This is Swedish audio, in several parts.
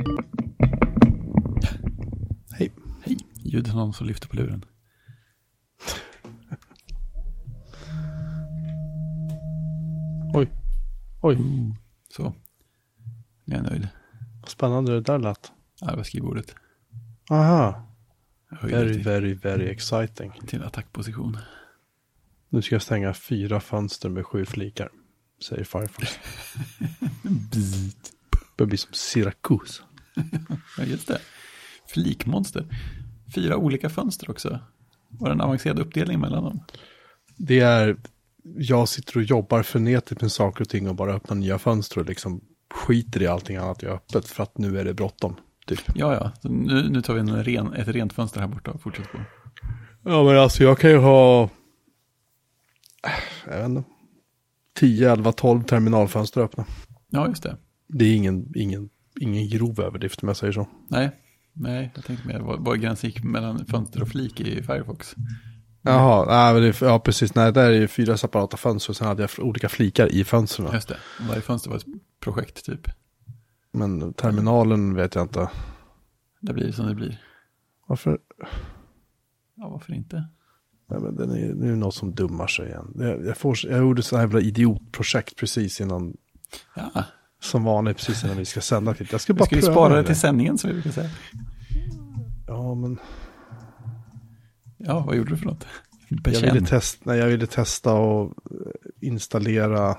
Hej. Hej, ljudet någon som lyfter på luren. Oj. Så, nu är jag nöjd. Spännande det där lät. Ja, det var skrivbordet. Aha. Jag höjde Very exciting. till attackposition. Nu ska jag stänga 4 fönster med 7 flikar, säger Firefox. Det blir som Syracuse. Ja, just det. Flikmonster. 4 olika fönster också. Var det en avancerad uppdelning mellan dem? Det är, jag sitter och jobbar frenetiskt med saker och ting och bara öppnar nya fönster och liksom skiter i allting annat jag öppet för att nu är det bråttom. Typ. Ja. Så nu tar vi ett rent fönster här borta och fortsätter på. Ja, men alltså jag kan ju ha, jag vet inte, 10, 11, 12 terminalfönster öppna. Ja, just det. Det är ingen grov överdrift om jag säger så. Nej, jag tänkte mer, var gränsen gick mellan fönster och flik i Firefox? Jaha, ja precis. Nej, där är ju 4 separata fönster och sen hade jag olika flikar i fönstren. Just det, varje fönster var ett projekt typ. Men terminalen vet jag inte. Det blir som det blir. Varför? Ja, varför inte? Nej, men det är något som dummar sig igen. Jag gjorde så här jävla idiotprojekt precis innan. Ja. Som vanligt precis innan vi ska sända. Jag ska Vi bara ska ju spara det till sändningen som vi brukar säga. Ja, men... Ja, vad gjorde du för något? Jag ville testa och installera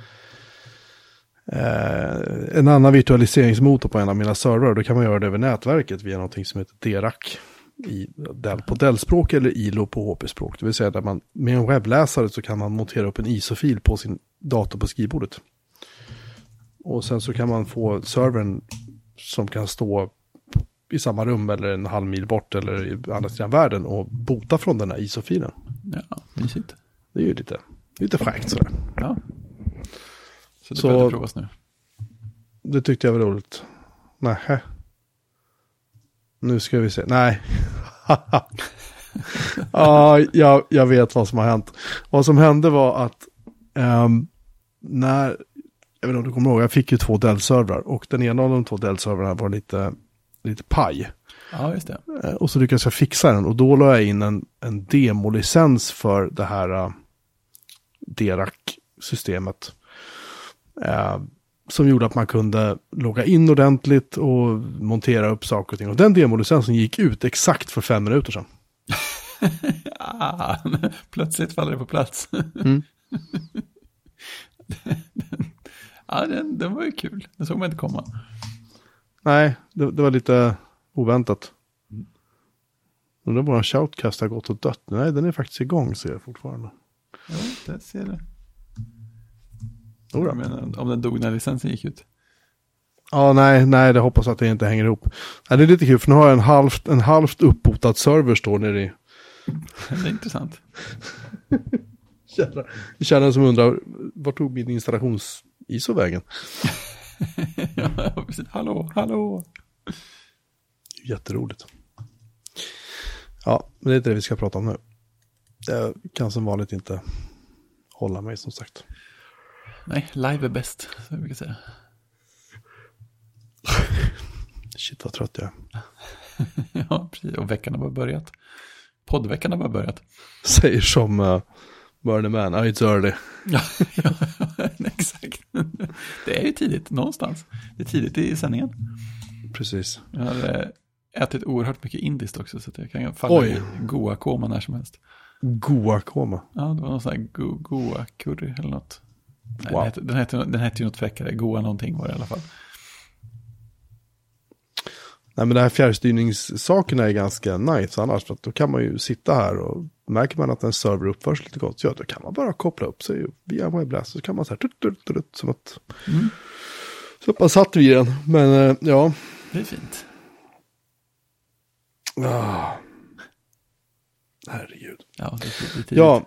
en annan virtualiseringsmotor på en av mina servrar. Då kan man göra det över nätverket via någonting som heter Derac på Dell-språk eller ILO på HP-språk. Det vill säga där man med en webbläsare så kan man montera upp en ISO-fil på sin dator på skrivbordet. Och sen så kan man få servern som kan stå i samma rum eller en halv mil bort eller i andra sidan världen och bota från den här ISO-filen. Ja, mysigt. Det är ju lite fräckt sådär. Ja. Så det började provas nu. Det tyckte jag var roligt. Nej. Nu ska vi se. Nej. Jag vet vad som har hänt. Vad som hände var att när, jag vet inte om du kommer ihåg, jag fick ju 2 Dell-servrar och den ena av de 2 Dell-servrarna var lite paj. Ja, just det. Och så lyckades jag fixa den och då la jag in en demolicens för det här Derac-systemet. Som gjorde att man kunde logga in ordentligt och montera upp saker och ting. Och den demolicensen gick ut exakt för 5 minuter sedan. Plötsligt faller det på plats. Mm. Ja, den var ju kul. Den såg man inte komma. Nej, det var lite oväntat. Undrar våran shoutcast har gått och dött. Nej, den är faktiskt igång, ser jag fortfarande. Ja, det ser det. Jag menar, om den dog när licensen gick ut. Ja, nej, det hoppas att det inte hänger ihop. Nej, det är lite kul, för nu har jag en halvt uppbotad server står nere i. Det är intressant. Känner som undrar, vart tog min installations-ISO-vägen? Ja, precis. Hallå. Jätteroligt. Ja, men det är inte det vi ska prata om nu. Jag kan som vanligt inte hålla mig, som sagt. Nej, live är bäst, så jag brukar säga. Shit, vad trött jag är. Ja, precis. Och veckan har bara börjat. Poddveckan har bara börjat. Säger som Burning Man, it's early. Ja, exakt. Det är ju tidigt, någonstans. Det är tidigt i sändningen. Precis. Jag har ätit oerhört mycket indiskt också, så att jag kan falla i goa-koma när som helst. Goa-koma? Ja, det var någon sån här goa-curry eller något. Nej, wow. Den hette ju något fräckare. Goa någonting var det i alla fall. Nej, men det här fjärrstyrningssakerna är ganska nice annars. För att då kan man ju sitta här och märker man att en server uppförs lite gott. Ja, då kan man bara koppla upp sig via webbläsare. Så kan man så här som att så att man satt vid den. Men ja. Det är fint. Herregud. Ja, det är tidigt. Ja.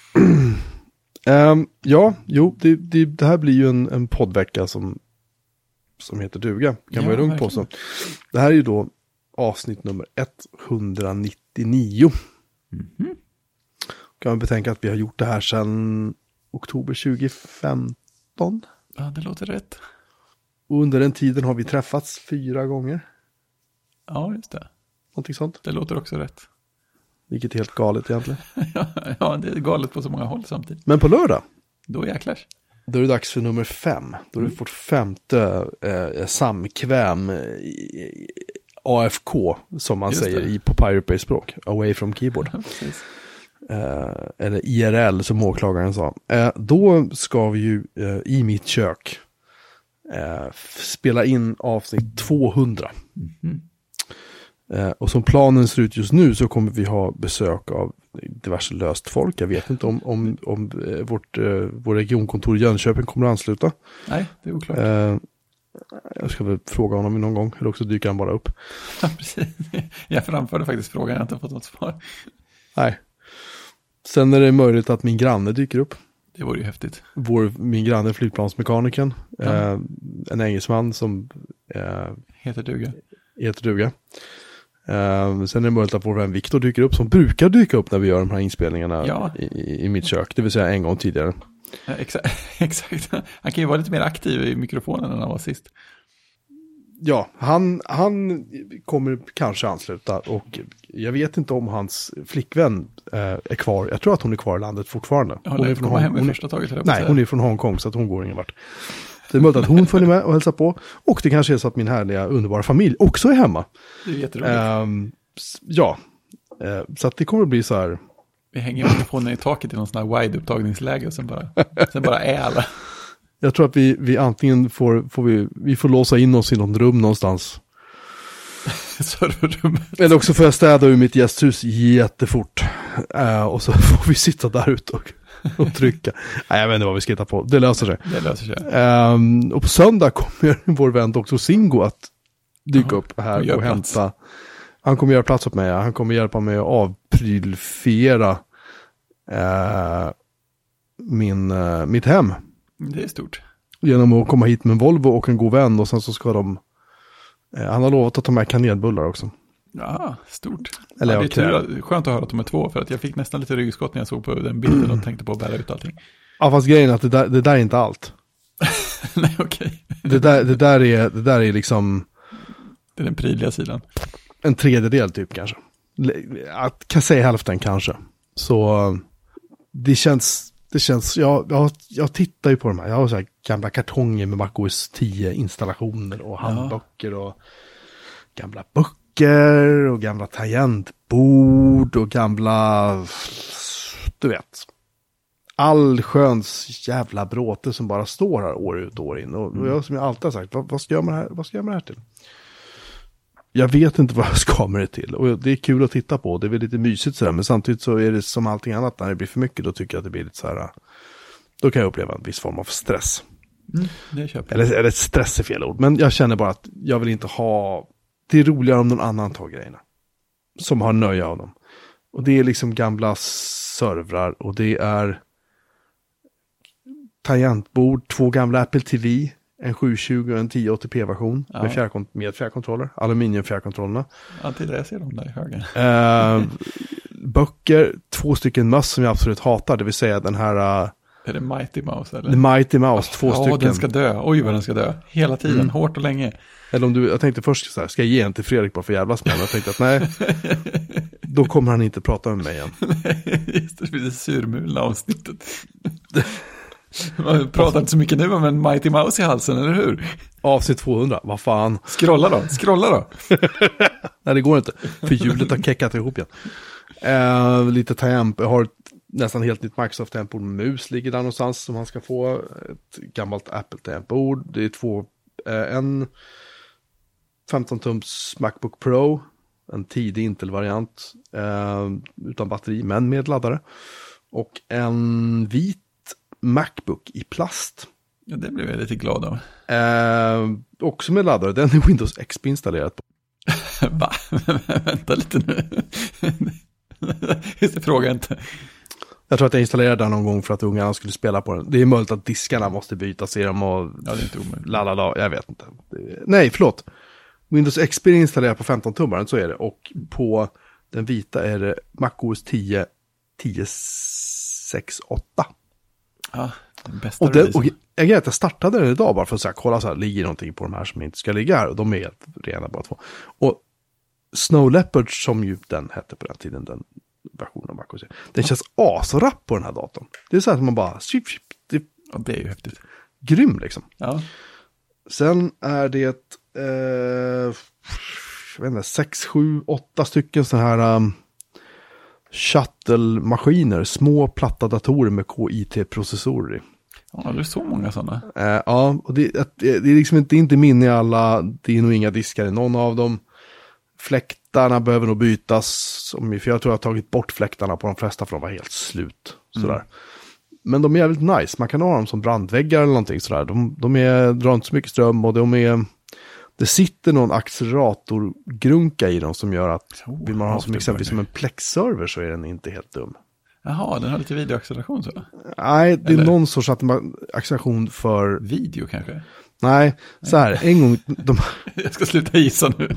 Det här blir ju en poddvecka som heter duga. Kan man ju lugnt på så. Det här är ju då avsnitt nummer 199. Mm-hmm. Kan man betänka att vi har gjort det här sedan oktober 2015. Ja, det låter rätt. Och under den tiden har vi träffats 4 gånger. Ja, just det. Någonting sånt. Det låter också rätt. Vilket är helt galet egentligen. Ja, det är galet på så många håll samtidigt. Men på lördag. Då jäklar. Då är det dags för nummer 5. Då är det vårt 5:e samkväm AFK, som man Just säger det. på Pirate Bay-språk. Away from keyboard. Precis. Eller IRL som åklagaren sa. Då ska vi ju i mitt kök spela in avsnitt 200. Och som planen ser ut just nu så kommer vi ha besök av diverse löst folk. Jag vet inte om vår regionkontor i Jönköping kommer att ansluta. Nej, det är oklart. Jag ska väl fråga honom någon gång, eller också dyker han bara upp. Ja, precis. Jag framförde faktiskt frågan, jag har inte fått något svar. Nej. Sen är det möjligt att min granne dyker upp. Det vore ju häftigt. Min granne, flygplansmekanikern. Ja. En engelsman som Heter duga. heter duga. Sen är det möjligt att vår vän Viktor dyker upp, som brukar dyka upp när vi gör de här inspelningarna i mitt kök. Det vill säga en gång tidigare. Ja, exakt. Han kan ju vara lite mer aktiv i mikrofonen än han var sist. Ja, han kommer kanske ansluta, och jag vet inte om hans flickvän är kvar. Jag tror att hon är kvar i landet fortfarande. Hon är från hem i första taget. Nej, hon är från Hongkong, så att hon går ingen vart. Det är möjligt att hon följer med och hälsar på. Och det kanske är så att min härliga, underbara familj också är hemma. Det är jätteroligt. Så att det kommer att bli så här. Vi hänger mikrofonen i taket i någon sån här wide-upptagningsläge och sen bara är alla. Jag tror att vi antingen får låsa in oss i något rum någonstans. Serverrummet. Eller också får jag städa ur mitt gästhus jättefort. Och så får vi sitta där ute och trycka. Nej, jag vet inte vad vi ska hitta på. Det löser sig. Och på söndag kommer vår vän Dr. Singo att dyka upp här och hämta. Han kommer göra plats åt mig. Han kommer hjälpa mig att avprylfera mitt hem. Det är stort. Genom att komma hit med en Volvo och en god vän, och sen så ska de... han har lovat att ta med kanelbullar också. Ja, stort. Eller det är skönt att höra att de är 2, för att jag fick nästan lite ryggskott när jag såg på den bilden och tänkte på att bära ut allting. Ja, fast grejen är att det där är inte allt. Nej, okej. Det där är liksom... Det är den prydliga sidan. En tredjedel typ kanske. Att kan säga hälften kanske. Så det känns jag tittar ju på de här. Jag har så här gamla kartonger med MacOS 10 installationer och handböcker och gamla böcker och gamla tangentbord och gamla, du vet, all sköns jävla bråte som bara står här år ut och år in. Och jag, som jag alltid har sagt, vad ska jag med det här till? Jag vet inte vad jag ska med det till. Och det är kul att titta på. Det är väl lite mysigt sådär. Men samtidigt så är det som allting annat. När det blir för mycket, då tycker jag att det blir lite så här. Då kan jag uppleva en viss form av stress. Det köper jag. Eller stress är fel ord. Men jag känner bara att jag vill inte ha... Det är roligare om någon annan tar grejerna. Som har nöje av dem. Och det är liksom gamla servrar. Och det är tangentbord. 2 gamla Apple TV. En 720 och en 1080p-version med fjärrkontroller. Aluminium fjärrkontrollerna. Ja, det är det jag ser dem där i högen. Böcker, 2 stycken möss som jag absolut hatar. Det vill säga den här... är det Mighty Mouse eller? The Mighty Mouse, 2 stycken. Ja, den ska dö. Oj, vad den ska dö. Hela tiden, hårt och länge. Eller om jag tänkte först så här, ska jag ge en till Fredrik bara för jävlas med. Jag tänkte att nej, då kommer han inte prata med mig igen. Just det, det surmulna avsnittet. Man pratar inte så mycket nu om en Mighty Mouse i halsen, eller hur? Avsnitt 200, vad fan. Scrolla då. Nej, det går inte. För hjulet har keckat ihop igen. Lite tangent. Jag har nästan helt nytt Microsoft tangentbord med mus ligger där någonstans som man ska få. Ett gammalt Apple tangentbord. Det är en 15-tums Macbook Pro. En tidig Intel-variant. Utan batteri, men med laddare. Och en vit Macbook i plast. Ja, det blev jag lite glad av. Också med laddare. Den är Windows XP installerat på. Va? Vänta lite nu. Just det, fråga inte. Jag tror att jag installerade den någon gång för att ungarna skulle spela på den. Det är möjligt att diskarna måste bytas i dem och... Ja, det är inte omöjligt. Lalala, jag vet inte. Nej, förlåt. Windows XP är installerat på 15-tummaren, så är det. Och på den vita är det MacOS 10.6.8. Ja, Bästa Och jag startade den idag bara för att så här, kolla så här, ligger någonting på de här som inte ska ligga här. Och de är helt rena bara två. Och Snow Leopard, som ju den hette på den tiden, den versionen av MacOS, den känns asrapp på den här datorn. Det är så här att man bara, det är ju häftigt. Grym liksom. Ja. Sen är det jag vet inte, 6, 7, 8 stycken så här shuttle-maskiner, små platta datorer med KIT-processorer i. Ja, det är så många sådana. Ja, och det är liksom inte minne i alla, det är nog inga diskar i någon av dem. Fläktarna behöver nog bytas, för jag tror jag har tagit bort fläktarna på de flesta för de var helt slut. Sådär. Men de är jävligt nice, man kan ha dem som brandväggar eller någonting sådär. De drar inte så mycket ström och det sitter någon acceleratorgrunka i dem som gör att vill man ha som exempelvis som en Plex-server så är den inte helt dum. Jaha, den har lite videoacceleration så? Nej, det är någon sorts acceleration för... Video kanske? Nej, så här, en gång... Jag ska sluta gissa nu.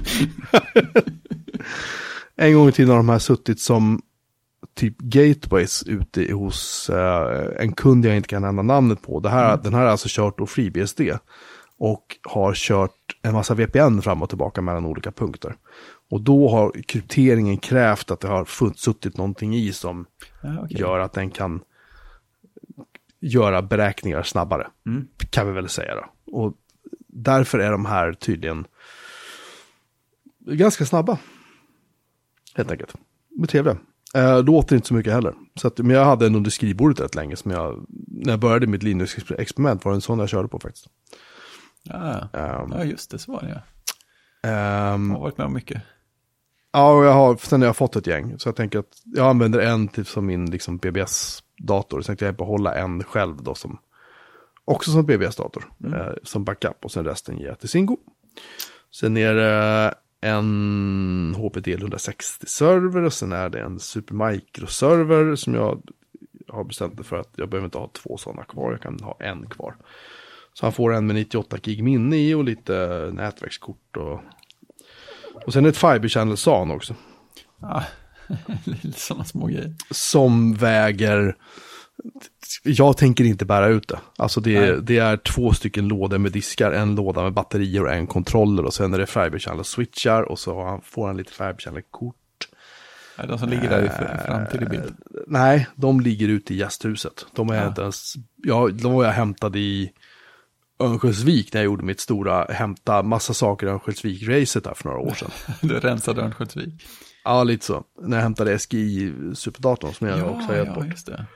En gång i tiden har de här suttit som typ gateways ute hos en kund jag inte kan nämna namnet på. Den här har alltså kört då FreeBSD och har kört en massa VPN fram och tillbaka mellan olika punkter. Och då har krypteringen krävt att det har suttit någonting i som gör att den kan göra beräkningar snabbare. Kan vi väl säga då. Och därför är de här tydligen ganska snabba. Helt enkelt. Det är trevliga. Låter inte så mycket heller. Men jag hade en under skrivbordet rätt länge som när jag började mitt Linux-experiment var det en sån jag körde på faktiskt. Ja, just det, så var det. Jag har varit med om mycket. Ja, och sen har jag fått ett gäng. Så jag tänker att jag använder en typ som min liksom BBS-dator. Så tänkte jag behålla en själv då också som BBS-dator. Som backup och sen resten ger jag till Singo. Sen är det en HPDL 160-server och sen är det en Supermicro-server som jag har bestämt mig för att jag behöver inte ha 2 sådana kvar. Jag kan ha en kvar. Så han får en med 98 gig minne i och lite nätverkskort och sen ett Fiber Channel SAN också. Ja, lite sådana små grejer. Som väger... Jag tänker inte bära ut det. Alltså det är 2 stycken lådor med diskar, en låda med batterier och en kontroller och sen är det Fiber Channel switchar och så får han lite Fiber Channel kort. Är de som ligger där fram till i bild? Nej, de ligger ute i gästhuset. De är inte ens... de var jag hämtade i Örnsköldsvik när jag gjorde mitt stora hämta massa saker i Örnsköldsvik-racet där för några år sedan. Du rensade Örnsköldsvik? Ja, lite så. När jag hämtade SGI-superdatorn som jag också har gett bort. Just det.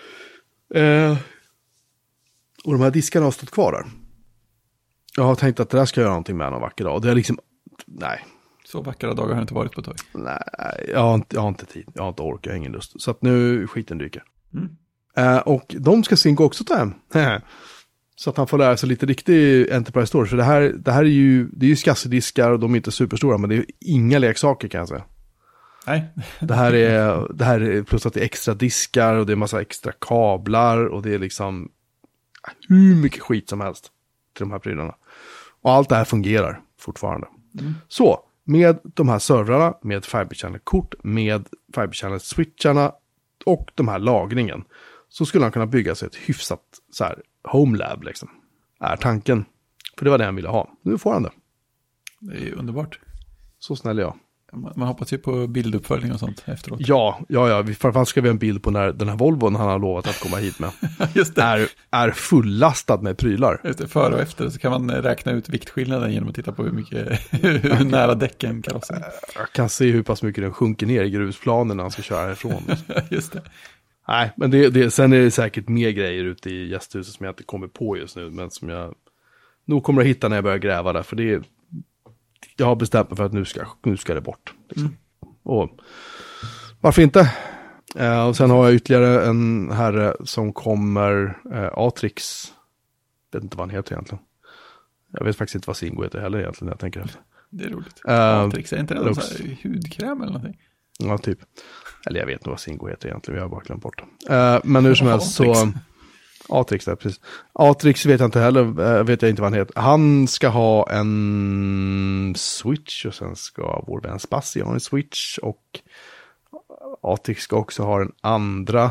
Och de här diskarna har stått kvar där. Jag har tänkt att det där ska jag göra någonting med någon vacker dag. Och det är liksom, nej. Så vackra dagar har det inte varit på ett tag. Nej, jag har inte tid. Jag har inte ork, jag har ingen lust. Så att nu skiten dyker. Och de ska Singo också ta hem. Så att han får lära sig lite riktig Enterprise Storage. För det här är ju skassediskar och de är inte superstora. Men det är inga leksaker kan jag säga. Nej. Det här är plus att det är extra diskar och det är massa extra kablar och det är liksom hur mycket skit som helst till de här prylarna. Och allt det här fungerar fortfarande. Så, med de här servrarna, med Fiber Channel-kort, med Fiber Channel-switcharna och de här lagringen så skulle han kunna bygga sig ett hyfsat så här home lab liksom. Är tanken. För det var det han ville ha. Nu får han det. Det är ju underbart. Så snäll är jag. Man hoppas ju på bilduppföljning och sånt efteråt. Ja. Framförallt ska vi ha en bild på när den här Volvon han har lovat att komma hit med. Just det. Är fullastad med prylar. Just det, före och efter så kan man räkna ut viktskillnaden genom att titta på hur nära däcken karossen. Jag kan se hur pass mycket den sjunker ner i grusplanen när han ska köra härifrån. Just det. Nej, men sen är det säkert mer grejer ute i gästhuset som jag inte kommer på just nu. Men som jag nog kommer att hitta när jag börjar gräva där. För jag har bestämt mig för att nu ska det bort. Liksom. Och varför inte? Och sen har jag ytterligare en herre som kommer, Atrix. Jag vet inte vad han heter egentligen. Jag vet faktiskt inte vad Singo heter heller egentligen när jag tänker efter. Det är roligt. Atrix, är inte det någon hudkräm eller någonting? Ja, typ. Eller jag vet nog vad Singo heter egentligen, vi har bara glömt bort det. Men hur som helst så... Atrix där, precis. Atrix vet jag inte heller, vet jag inte vad han heter. Han ska ha en switch och sen ska vår vän Spassi ha en switch och Atrix ska också ha den andra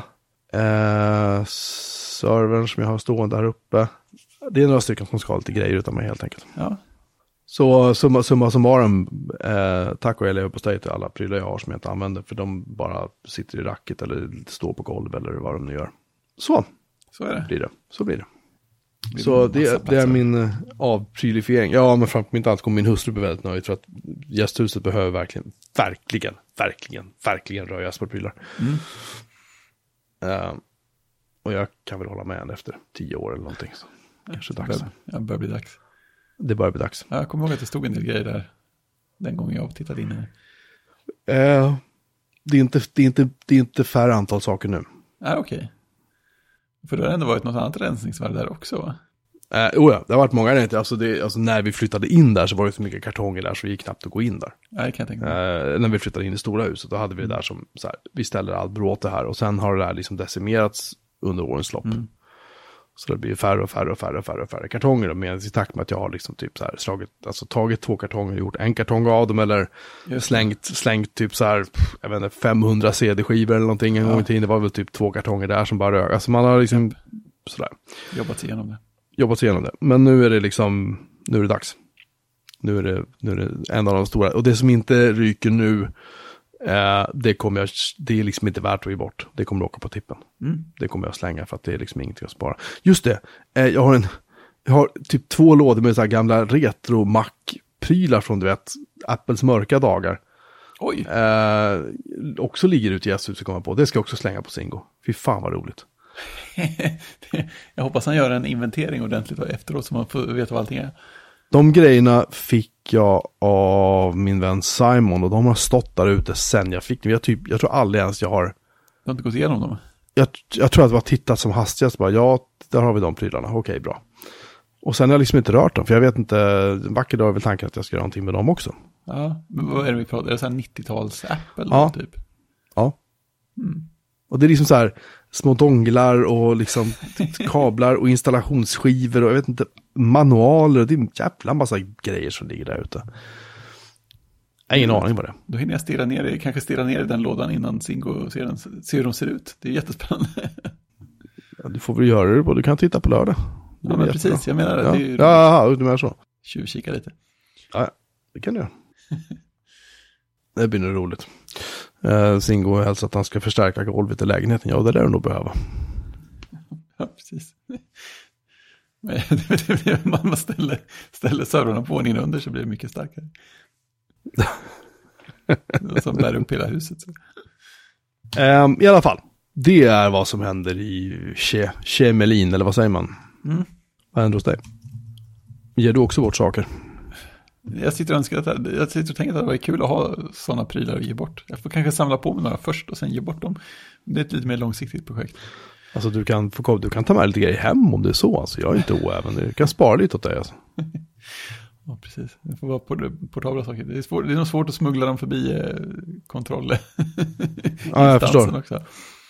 Servern som jag har stående där uppe. Det är några stycken som ska ha lite grejer utan mig helt enkelt. Ja. Så summa summarum, tack och jag på steg till alla prylar jag har som jag inte använder. För de bara sitter i racket eller står på golv eller vad de nu gör. Så är det. blir det. Så blir det. Så det är min avprylifiering. Ja, men framför inte allt kommer min hustru bli väldigt nöjd för att gästhuset behöver verkligen röjas på prylar. Och jag kan väl hålla med henne efter 10 år eller någonting. Så kanske dags. Det börjar bli dags. Det börjar bli dags. Jag kommer ihåg att det stod en del grejer där den gången jag tittade in i det är inte färre antal saker nu. Okej. För det har ändå varit något annat rensningsvärde där också, va? Ja, det har varit många rent. Alltså när vi flyttade in där så var det så mycket kartonger där så vi gick knappt att gå in där. Nej, kan jag tänka mig. När vi flyttade in i stora huset, då hade vi det där som så här, vi ställer allt bråte här och sen har det där liksom decimerats under årens lopp. Så det blir färre och färre kartonger. Men i takt med att jag har liksom typ så här tagit 2 kartonger och gjort en kartong av dem eller slängt typ så här, jag vet inte, 500 CD-skivor eller någonting en gång i tiden. Det var väl typ 2 kartonger där som bara rög. Alltså man har liksom sådär. Jobbat igenom det. Men nu är det liksom, nu är det dags. Nu är det en av de stora. Och det som inte ryker nu, det är liksom inte värt att ge bort. Det kommer att åka på tippen. Det kommer jag slänga för att det är liksom ingenting att spara. Just det, jag har typ 2 lådor med så här gamla retro Mac-prylar från, du vet, Apples mörka dagar. Oj. Också ligger ute i gästhuset, kommer på. Det ska jag också slänga på Singo. Fy fan vad roligt. Jag hoppas han gör en inventering ordentligt efteråt så man får veta vad allting är. De grejerna fick jag av min vän Simon och de har stått där ute sen jag fick dem. Jag tror aldrig ens jag har... Du har inte gått igenom dem? Jag tror att det var tittat som hastigast. Bara, ja, där har vi de prylarna. Okej, bra. Och sen har jag liksom inte rört dem. För jag vet inte, en vacker dag är väl tanken att jag ska göra någonting med dem också. Ja, men vad är det vi pratar? Är det så här 90-tals-app eller något typ? Ja. Och det är liksom så här små donglar och liksom kablar och installationsskivor och jag vet inte, manualer. Det är en jävla massa grejer som ligger där ute. Jag har ingen aning vad det är. Då hinner jag stirra ner i den lådan innan Singo ser hur de ser ut. Det är jättespännande. Ja, du får väl göra det, du kan titta på lördag. Ja, men precis, jag menar det. Ja, det är ju du menar så. Tjuvkika lite. Ja, det kan du göra. Det blir nog roligt. Singo hälsar att han ska förstärka golvet i lägenheten. Ja, det lär du nog behöva. Ja, precis. Man ställer servrarna på en under så blir det mycket starkare. Som bär upp hela huset. Så. I alla fall, det är vad som händer i Chemelin, eller vad säger man? Vad händer hos dig? Ger du också bort saker? Jag sitter och tänker att det var kul att ha sådana prylar att ge bort. Jag får kanske samla på mig några först och sen ge bort dem. Det är ett lite mer långsiktigt projekt. Alltså du kan ta med lite grejer hem om det är så. Alltså, jag är inte oäven. Du kan spara lite åt dig. Alltså. Ja, precis. Det får vara portabla saker. Det är nog svårt att smuggla dem förbi kontroller. Ja, jag förstår. Också.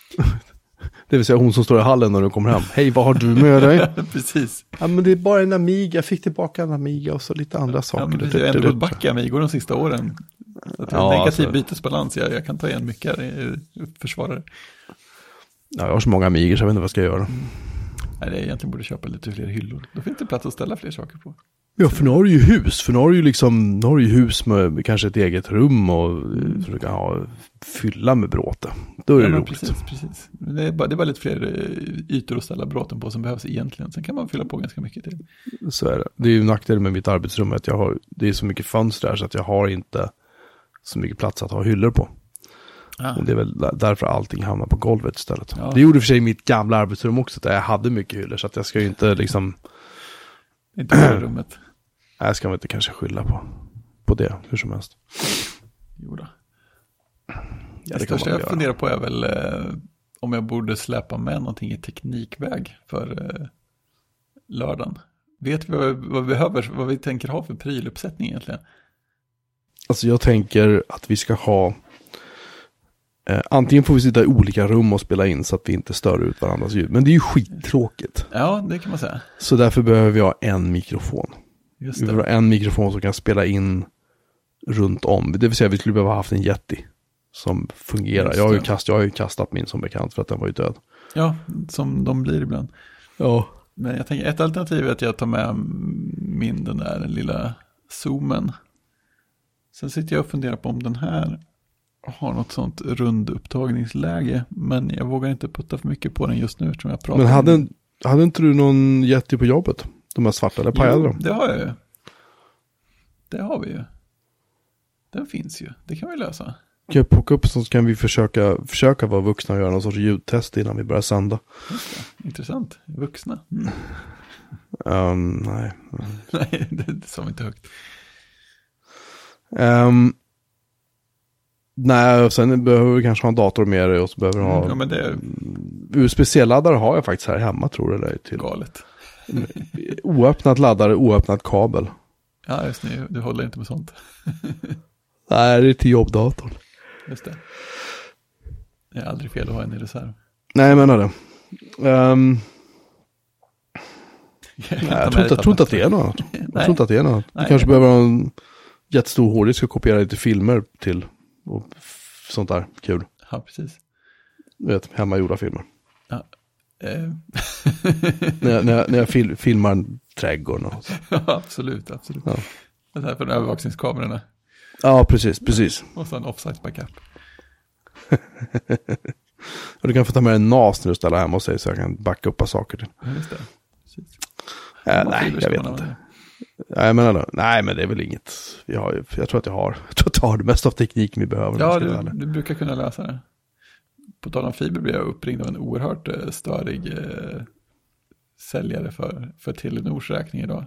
Det vill säga hon som står i hallen när du kommer hem. Hej, vad har du med dig? Precis. Ja, men det är bara en Amiga. Jag fick tillbaka en Amiga och så lite andra saker. Ja, men precis. Jag har ändå gått backa Amiga de sista åren. Att jag har negativ bytesbalans. Jag kan ta igen mycket försvarare. Ja, jag har så många Amiga så jag vet inte vad jag ska göra. Nej, det är egentligen borde köpa lite fler hyllor. Då finns det plats att ställa fler saker på. Ja, för nu har du ju hus. För nu har du ju hus med kanske ett eget rum och så du kan fylla med bråte. Då är det roligt. Precis. Det är bara lite fler ytor att ställa bråten på som behövs egentligen. Sen kan man fylla på ganska mycket till. Så är det. Det är ju nackdelen med mitt arbetsrum att det är så mycket fönster där så att jag har inte så mycket plats att ha hyllor på. Och det är väl därför allting hamnar på golvet istället. Ja. Det gjorde för sig mitt gamla arbetsrum också där jag hade mycket hyllor så att jag ska ju inte liksom... Inte i rummet. Nej, ska man inte kanske skylla på det, hur som helst. Jo då. Det största jag funderar på är väl om jag borde släppa med någonting i teknikväg för lördagen. Vet vi vad vi behöver, vad vi tänker ha för pryluppsättning egentligen? Alltså jag tänker att vi ska ha antingen får vi sitta i olika rum och spela in så att vi inte stör ut varandras ljud. Men det är ju skittråkigt. Ja, det kan man säga. Så därför behöver vi ha en mikrofon. Just vi behöver ha en mikrofon som kan spela in runt om. Det vill säga vi skulle behöva haft en Yeti. som fungerar. Jag har ju kastat min som bekant för att den var ju död. Ja, som de blir ibland. Ja. Men jag tänker ett alternativ är att jag tar med den där lilla zoomen. Sen sitter jag och funderar på om den här har något sånt rundupptagningsläge. Men jag vågar inte putta för mycket på den just nu eftersom jag pratar. Men hade inte du någon jätte på jobbet? De här svarta, eller pajade de? Det har jag ju. Det har vi ju. Den finns ju. Det kan vi lösa. Kan jag plocka upp så kan vi försöka vara vuxna och göra någon sorts ljudtest innan vi börjar sända. Intressant. Vuxna. Nej. Nej, det sa vi inte högt. Nej, sen behöver vi kanske ha en dator med dig och så behöver ha... Ja, men det... USB-C-laddare har jag faktiskt här hemma, tror du det? Till. Galet. Oöppnat laddare, oöppnat kabel. Ja, just det. Du håller inte med sånt. Nej, det är till jobbdatorn. Just det. Det är aldrig fel att ha en i reserv. Nej, jag menar det. Jag tror inte att det är något. Jag tror inte att det är något. Du kanske behöver ha en jättestor hårddisk och kopiera lite filmer till och sånt där. Kul. Ja, precis. Du vet, hemmagjorda filmer. Ja. när jag filmar en trädgård. Och så. Ja, absolut. Ja. Det här för de övervakningskamerorna. Ja, precis. Och så en offsite backup. Och du kan få ta med en NAS när du ställer hemma och säger så jag kan backa upp saker till. Ja, just det. Precis. Nej, jag vet inte. Nej, men det är väl inget. Jag tror att jag har det mesta av tekniken vi behöver. Ja, du brukar kunna lösa det. På tal om fiber blev jag uppringd av en oerhört störig säljare för Telenors räkning idag.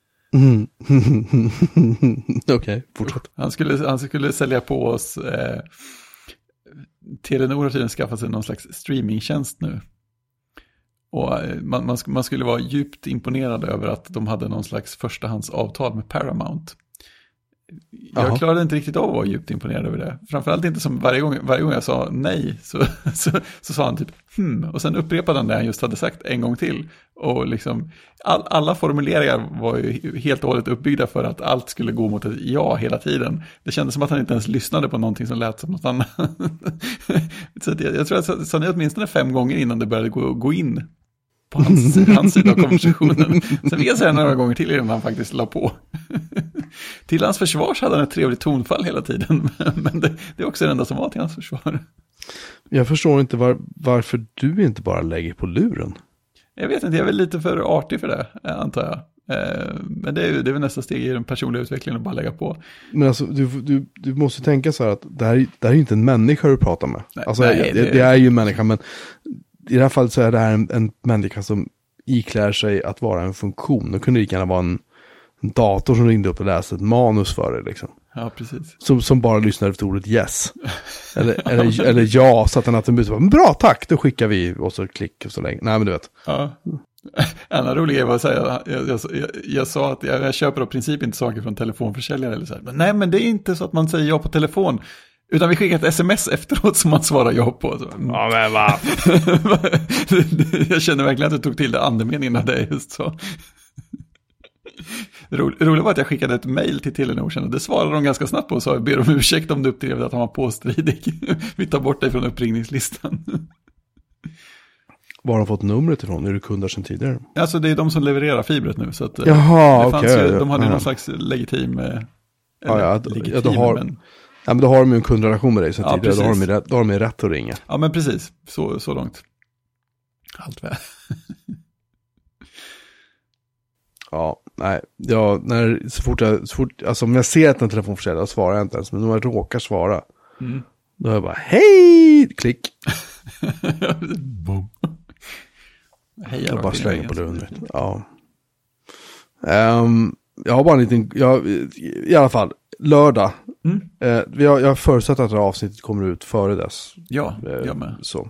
Okej, fortsätt. Han skulle sälja på oss Telenor har tydligen skaffat sig någon slags streamingtjänst nu. Och man skulle vara djupt imponerad över att de hade någon slags förstahandsavtal med Paramount. Jag klarade inte riktigt av att vara djupt imponerad över det. Framförallt inte som varje gång jag sa nej så sa han typ och sen upprepade han det han just hade sagt en gång till. Och liksom alla formuleringar var ju helt och hållet uppbyggda för att allt skulle gå mot ett ja hela tiden. Det kändes som att han inte ens lyssnade på någonting som lät som något annat. Så jag tror att jag sa nej åtminstone 5 gånger innan det började gå in på hans sida av konversationen. Sen vill jag säga några gånger till innan han faktiskt la på. Till hans försvar hade han ett trevligt tonfall hela tiden. Men det är också det enda som var till hans försvar. Jag förstår inte varför du inte bara lägger på luren. Jag vet inte, jag är väl lite för artig för det, antar jag. Men det är väl nästa steg i den personliga utvecklingen att bara lägga på. Men alltså, du måste tänka så här att det här är ju inte en människa du pratar med. Nej, det är ju en människa, men i det här fallet så är det här en människa som iklär sig att vara en funktion. Det kunde lika gärna vara en dator som ringde upp och läste ett manus för dig liksom. Ja, precis. Som bara lyssnar efter ordet yes. eller ja, så att den automatiskt bra, tack, då skickar vi och så klick och så länge. Nej, men du vet. Ja. En annan rolig grej var att säga, jag sa att jag köper av princip inte saker från telefonförsäljare eller så här. Men nej, men det är inte så att man säger ja på telefon. Utan vi skickar ett sms efteråt som man svarar ja på. Så. Ja, men va? Jag känner verkligen att du tog till det andemeningen av det just så. Roligt var att jag skickade ett mejl till Telenor sen och det svarade de ganska snabbt på och sa jag ber om ursäkt om du upplevde att han var påstridig. Vi tar bort dig från uppringningslistan. Var har de fått numret ifrån? Är det kunder sedan tidigare? Alltså det är de som levererar fibret nu. Så att, jaha, okej. De hade någon slags legitim... men då har de ju en kundrelation med dig sedan tidigare. Då har de rätt att ringa. Ja, men precis. Så långt. Allt väl. Ja, nej. Så fort alltså om jag ser att en telefonförsäljare svarar jag inte ens, men om jag råkar svara, då är jag bara, hej! Klick. Boom. Hej, jag bara slänger på luren. Ja. Jag har bara en liten, i alla fall, lördag. Jag förutsätter att det här avsnittet kommer ut före dess. Ja, jag med. Så.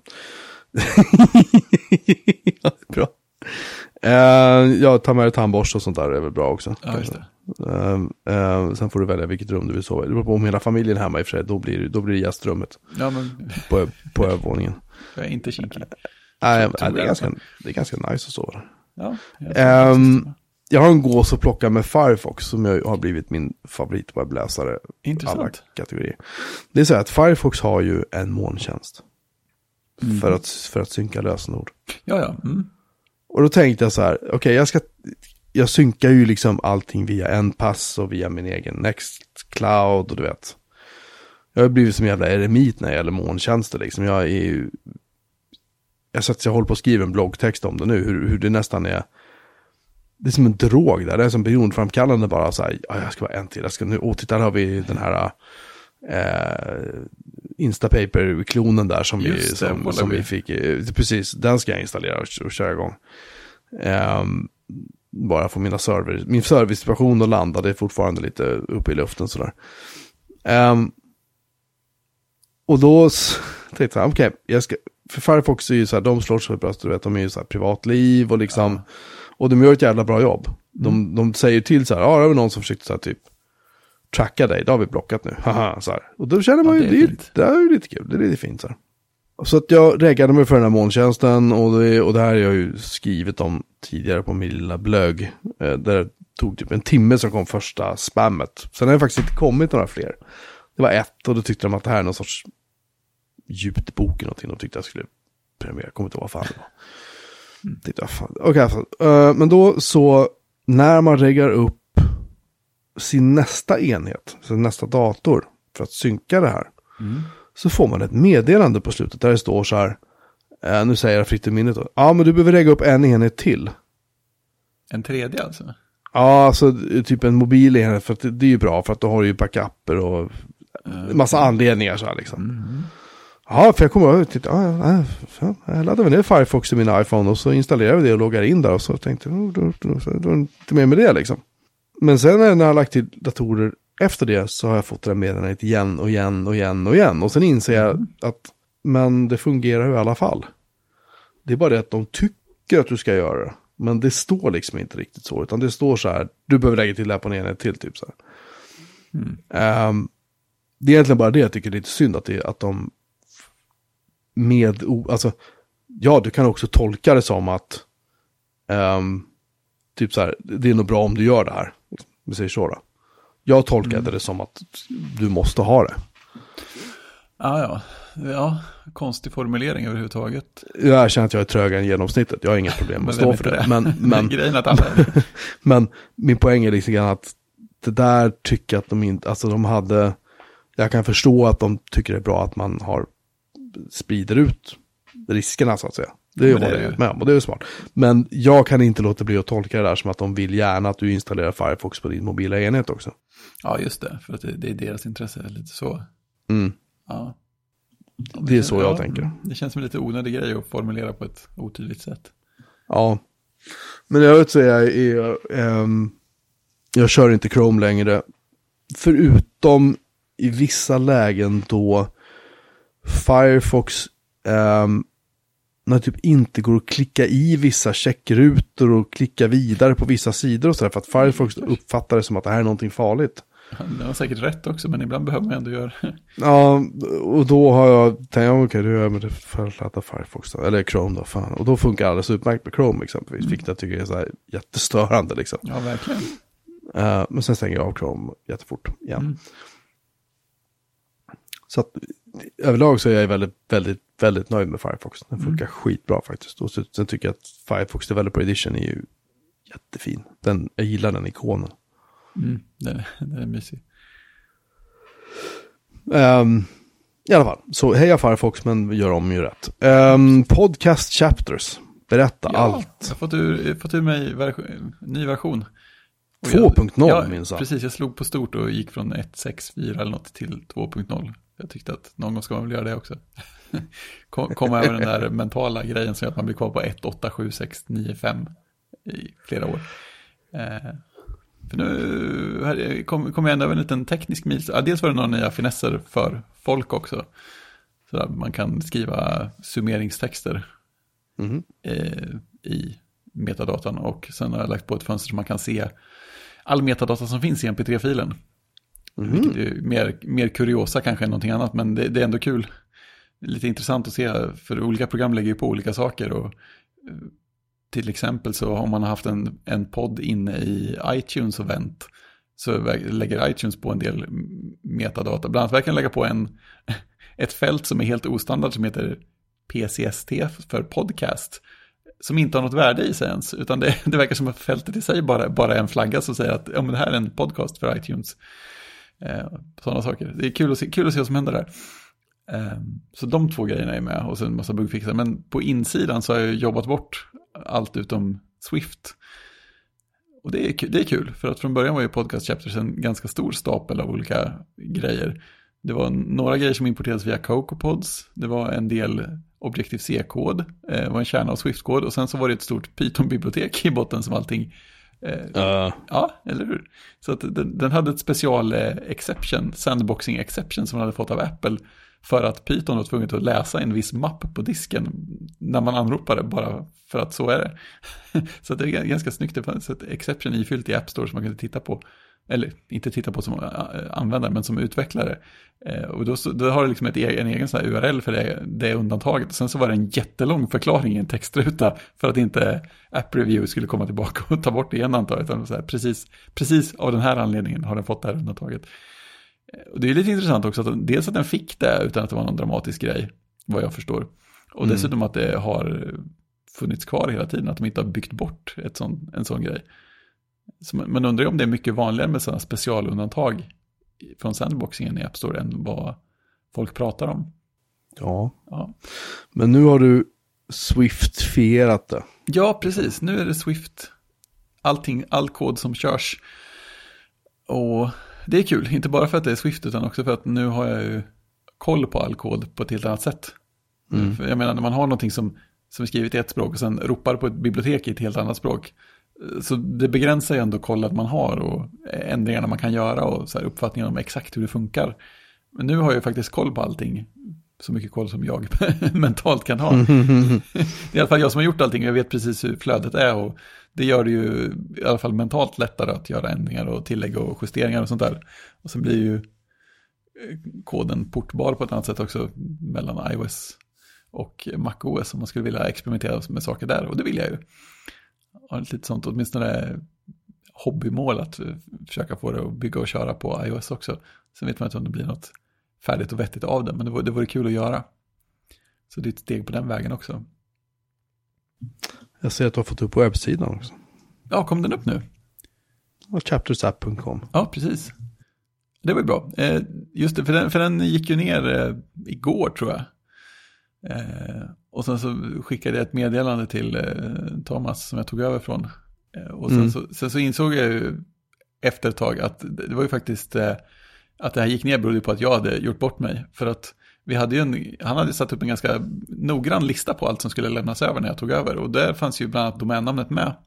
Ja, bra. Jag tar med tandborst och sånt där, det är väl bra också. Ja, just det. Sen får du välja vilket rum du vill sova i. Det beror på om hela familjen är hemma i och för sig, då blir det gästrummet. Ja, men... på övervåningen. Jag är inte kinkig. Det är ganska nice att sova där. Ja, jag har en gås att plocka med Firefox som har blivit min favoritwebbläsare. Intressant. Alla kategorier. Det är så här att Firefox har ju en molntjänst. För att synka lösenord. Ja. Och då tänkte jag så här, okej, jag synkar ju liksom allting via NPass och via min egen Nextcloud och du vet. Jag har blivit som en jävla eremit när det gäller molntjänster liksom. Jag håller på att skriva en bloggtext om det nu, hur det nästan är. Det är som en drog där, det är som beroendeframkallande bara så här, jag ska vara en till, titta, där har vi den här Instapaper-klonen där som vi fick, precis, den ska jag installera och köra igång. Bara för min servicesituation att landa, det är fortfarande lite uppe i luften sådär. Och då tänkte jag, okej, för Firefox är ju så här, de slår sig på bröstet, du vet, de är ju så här privatliv och liksom, och de gör ett jävla bra jobb. De säger till så här, det var någon som försökte så här, typ tracka dig, det har vi blockat nu. Haha, så här. Och då känner man ju, det är ju lite kul, det är lite fint så här. Så att jag reggade mig för den här molntjänsten och det här har jag ju skrivit om tidigare på min lilla blogg. Där det tog typ en timme som kom första spammet. Sen har det faktiskt inte kommit några fler. Det var ett och då tyckte de att det här är någon sorts ljudbok eller någonting. De tyckte jag skulle premiera, kommer inte ihåg vad fan det var. Tyckte jag fan. Okej, men då så när man reggar upp sin nästa enhet, sin nästa dator för att synka det här. Så får man ett meddelande på slutet där det står så här, nu säger jag fritt i minnet då. Ja, men du behöver regga upp en enhet till. En tredje alltså? Ja, alltså typ en mobil enhet, för att det är ju bra för att då har du ju backuper och massa anledningar så här liksom. Ja, för jag kommer ihåg, jag laddade ner Firefox i min iPhone och så installerade vi det och loggade in där och så tänkte jag, då var inte med det liksom. Men sen när jag har lagt till datorer efter det så har jag fått det meddelandet igen. Och sen inser jag att men det fungerar i alla fall. Det är bara det att de tycker att du ska göra det. Men det står liksom inte riktigt så. Utan det står så här, du behöver lägga till det här på en enhet till typ så här. Det är egentligen bara det jag tycker är lite synd att de alltså, ja, du kan också tolka det som att typ så här, det är nog bra om du gör det här. Vi säger så då. Jag tolkade det som att du måste ha det. Ja, konstig formulering överhuvudtaget. Jag känner att jag är trögare än genomsnittet. Jag har inget problem med att stå för det. Men grejen att alla men min poäng är liksom att det där tycker att de inte, alltså de hade, jag kan förstå att de tycker det är bra att man sprider ut riskerna så att säga. Det är vad det är med om och det är smart. Men jag kan inte låta bli att tolka det där som att de vill gärna att du installerar Firefox på din mobila enhet också. Ja, just det. För att det är deras intresse, lite så. Ja. Det är så jag tänker. Det känns som en lite onödig grej att formulera på ett otydligt sätt. Ja. Men jag vill säga jag kör inte Chrome längre. Förutom i vissa lägen då Firefox när det typ inte går att klicka i vissa checkrutor och klicka vidare på vissa sidor och sådär, för att Firefox uppfattar det som att det här är någonting farligt. Det har säkert rätt också, men ibland behöver man ändå göra det. Ja, och då har jag tänkt, okej, då gör jag med det för att ladda Firefox då, eller Chrome då, fan. Och då funkar alldeles utmärkt med Chrome exempelvis, vilket jag tycker är så här jättestörande liksom. Ja, verkligen. Men sen stänger jag av Chrome jättefort igen. Så att överlag så är jag väldigt, väldigt, väldigt nöjd med Firefox. Den funkar skitbra faktiskt. Och sen tycker jag att Firefox Developer Edition är ju jättefin. Jag gillar den ikonen. Den är mysig. I alla fall, så heja Firefox, men gör om ju rätt. Podcast Chapters. Berätta allt. Jag har fått ur mig ny version. 2.0 minns jag. Precis, jag slog på stort och gick från 1.6.4 eller något till 2.0. Jag tyckte att någon gång ska man väl göra det också. Komma över den där mentala grejen som gör att man blir kvar på 1.8.7.6.9.5 i flera år. För nu kom jag ändå över en liten teknisk mil. Dels var det några nya finesser för folk också. Så där man kan skriva summeringstexter i metadatan. Och sen har jag lagt på ett fönster så man kan se all metadata som finns i mp3-filen. Vilket är mer kuriosa kanske än någonting annat, men det är ändå kul. Det är lite intressant att se, för olika program lägger ju på olika saker och till exempel så om man har haft en podd inne i iTunes och vänt, så lägger iTunes på en del metadata. Bland annat verkar lägga på ett fält som är helt ostandard som heter PCST för podcast, som inte har något värde i sig ens, utan det verkar som att fältet i sig bara är en flagga som säger att men det här är en podcast för iTunes. Sådana saker. Det är kul att se vad som händer där. Så de 2 grejerna är med, och sen en massa bugfixar. Men på insidan så har jag jobbat bort allt utom Swift. Och det är kul, för att från början var ju Podcast Chapters en ganska stor stapel av olika grejer. Det var några grejer som importerades via CocoaPods. Det var en del Objective-C-kod. Det var en kärna av Swift-kod. Och sen så var det ett stort Python-bibliotek i botten som allting... Ja, eller hur? Så att den hade ett special exception, sandboxing exception, som man hade fått av Apple, för att Python var tvungen att läsa en viss mapp på disken när man anropade, bara för att så är det. Så att det är ganska snyggt. Det fanns ett exception ifyllt i App Store som man kunde titta på. Eller inte titta på som användare, men som utvecklare. Och då har det liksom en egen sån här URL för det undantaget. Sen så var det en jättelång förklaring i en textruta för att inte App Review skulle komma tillbaka och ta bort det igen, antar jag. Utan så här, precis av den här anledningen har den fått det här undantaget. Och det är lite intressant också att dels att den fick det utan att det var någon dramatisk grej, vad jag förstår. Och dessutom att det har funnits kvar hela tiden, att de inte har byggt bort en sån grej. Så man undrar ju om det är mycket vanligare med sådana specialundantag från sandboxingen i App Store än vad folk pratar om. Ja. Men nu har du Swift-fierat det. Ja, precis. Nu är det Swift. All kod som körs. Och det är kul. Inte bara för att det är Swift, utan också för att nu har jag ju koll på all kod på ett helt annat sätt. För jag menar, när man har någonting som är skrivet i ett språk och sen ropar på ett bibliotek i ett helt annat språk, så det begränsar ju ändå kollet man har och ändringarna man kan göra och så här uppfattningen om exakt hur det funkar. Men nu har jag faktiskt koll på allting. Så mycket koll som jag mentalt kan ha. Det är i alla fall jag som har gjort allting. Jag vet precis hur flödet är, och det gör det ju i alla fall mentalt lättare att göra ändringar och tillägg och justeringar och sånt där. Och sen blir ju koden portbar på ett annat sätt också mellan iOS och macOS om man skulle vilja experimentera med saker där. Och det vill jag ju. Har ett lite sånt, åtminstone hobbymål att försöka få det att bygga och köra på iOS också. Sen vet man inte om det blir något färdigt och vettigt av det, men det vore kul att göra. Så det är ett steg på den vägen också. Jag ser att du har fått upp på webbsidan också. Ja, kom den upp nu? Chaptersapp.com. Ja, precis. Det var ju bra. Just det, för den gick ju ner igår, tror jag. Och sen så skickade jag ett meddelande till Thomas som jag tog över från. Och sen så insåg jag ju efter ett tag att det var ju faktiskt att det här gick ner berodde på att jag hade gjort bort mig. För att han hade satt upp en ganska noggrann lista på allt som skulle lämnas över när jag tog över. Och där fanns ju bland annat domännamnet med.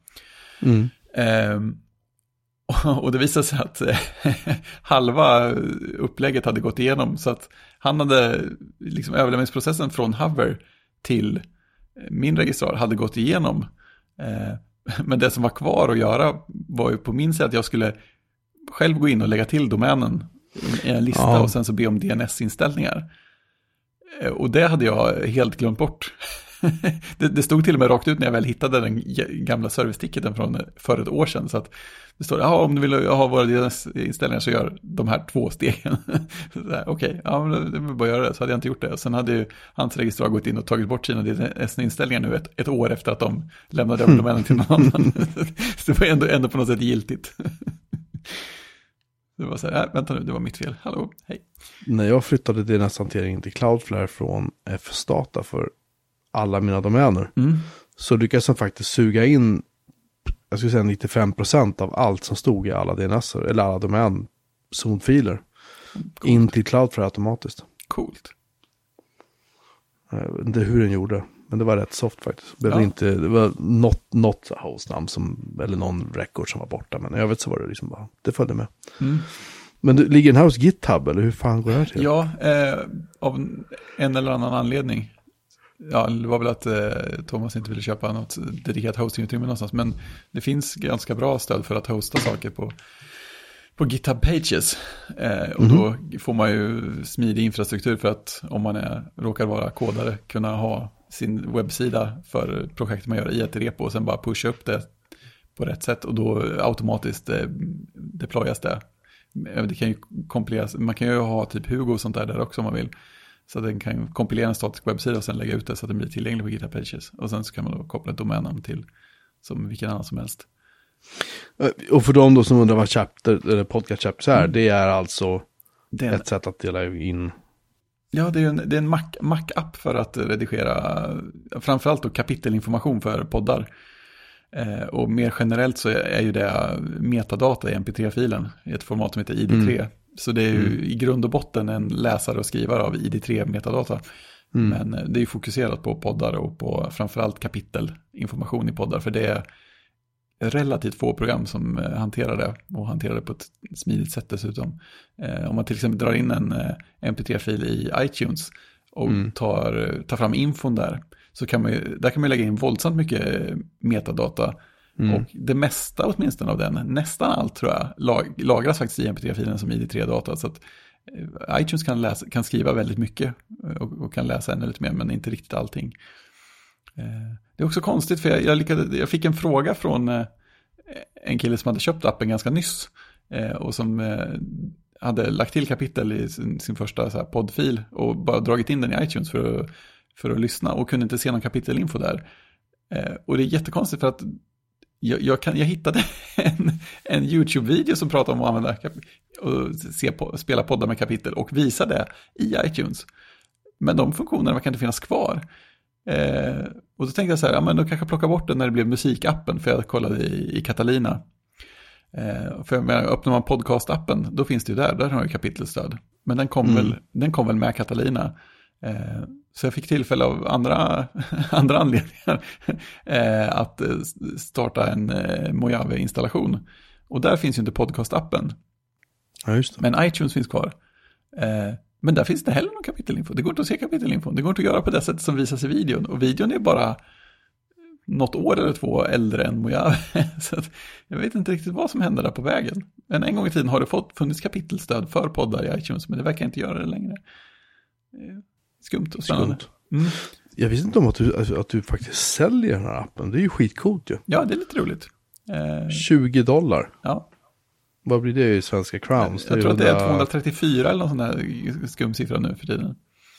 Och det visade sig att halva upplägget hade gått igenom, så att han hade liksom överlämningsprocessen från Hover till min registrar hade gått igenom. Men det som var kvar att göra var ju på min sida att jag skulle själv gå in och lägga till domänen i en lista och sen så be om DNS-inställningar. Och det hade jag helt glömt bort. Det stod till och med rakt ut när jag väl hittade den gamla serviceticketen från för ett år sedan. Så att det står, om du vill ha våra DNS-inställningar så gör de här 2 stegen. Okej, det vill bara göra det. Så hade jag inte gjort det. Och sen hade ju hans registrar gått in och tagit bort sina DNS-inställningar nu ett år efter att de lämnade över domänen till någon annan. Så det var ändå på något sätt giltigt. Det var så här, vänta nu, det var mitt fel. Hallå, hej. När jag flyttade DNS-hanteringen till Cloudflare från FSdata för alla mina domäner, så lyckades jag faktiskt suga in, jag skulle säga 95% av allt som stod i alla DNS eller alla domänzonfiler in till Cloudflare automatiskt. Coolt. Jag vet inte hur den gjorde, men det var rätt soft faktiskt. Det var något hostnamn eller någon record som var borta, men jag vet så var det liksom bara, det följde med. Men ligger den här hos GitHub, eller hur fan går det här till? Ja, av en eller annan anledning. Ja, det var väl att Thomas inte ville köpa något dedikerat hostingutrymme någonstans, men det finns ganska bra stöd för att hosta saker på GitHub Pages. Och då får man ju smidig infrastruktur för att om man råkar vara kodare kunna ha sin webbsida för projektet man gör i ett repo och sen bara pusha upp det på rätt sätt och då automatiskt deployas det. Det kan ju kompileras, man kan ju ha typ Hugo och sånt där också om man vill. Så att den kan kompilera en statisk webbsida och sen lägga ut det så att den blir tillgänglig på GitHub Pages. Och sen så kan man då koppla ett domännamn till som vilken annan som helst. Och för de då som undrar vad chapter eller podcast chapters är, det är alltså ett sätt att dela in. Ja, det är en Mac-app för att redigera framförallt då kapitelinformation för poddar. Och mer generellt så är ju det metadata i mp3-filen i ett format som heter ID3. Så det är ju i grund och botten en läsare och skrivare av ID3-metadata. Men det är ju fokuserat på poddar och på framförallt kapitelinformation i poddar. För det är relativt få program som hanterar det och hanterar det på ett smidigt sätt dessutom. Om man till exempel drar in en mp3-fil i iTunes och tar fram infon där, så kan man lägga in våldsamt mycket metadata. Och det mesta åtminstone av den, nästan allt tror jag, lagras faktiskt i mp3-filen som ID3-data. Så att iTunes kan skriva väldigt mycket och kan läsa ännu lite mer, men inte riktigt allting. Det är också konstigt för jag fick en fråga från en kille som hade köpt appen ganska nyss och som hade lagt till kapitel i sin första så här poddfil och bara dragit in den i iTunes för att lyssna och kunde inte se någon kapitelinfo där. Och det är jättekonstigt för att jag hittade en YouTube-video som pratar om att använda och spela poddar med kapitel och visa det i iTunes. Men de funktionerna kan inte finnas kvar. Och då tänkte jag så här, ja, men då kanske plocka bort den när det blev musikappen, för jag kollade i Catalina. För öppnar man podcast-appen, då finns det ju där har jag kapitelstöd. Men den kom väl med Catalina. Så jag fick tillfälle av andra anledningar att starta en Mojave-installation. Och där finns ju inte podcast-appen. Ja, just det. Men iTunes finns kvar. Men där finns det heller någon kapitelinfo. Det går inte att se kapitelinfo. Det går inte att göra på det sättet som visas i videon. Och videon är bara något år eller två äldre än Mojave. Så att jag vet inte riktigt vad som händer där på vägen. Men en gång i tiden har det funnits kapitelstöd för poddar i iTunes. Men det verkar inte göra det längre. Skumt och spännande. Jag visste inte om att du faktiskt säljer den här appen. Det är ju skitcoolt ju. Ja, det är lite roligt. $20. Ja. Vad blir det i svenska crowns? Jag tror att det är 234 eller någon sån där skumsiffra nu för tiden.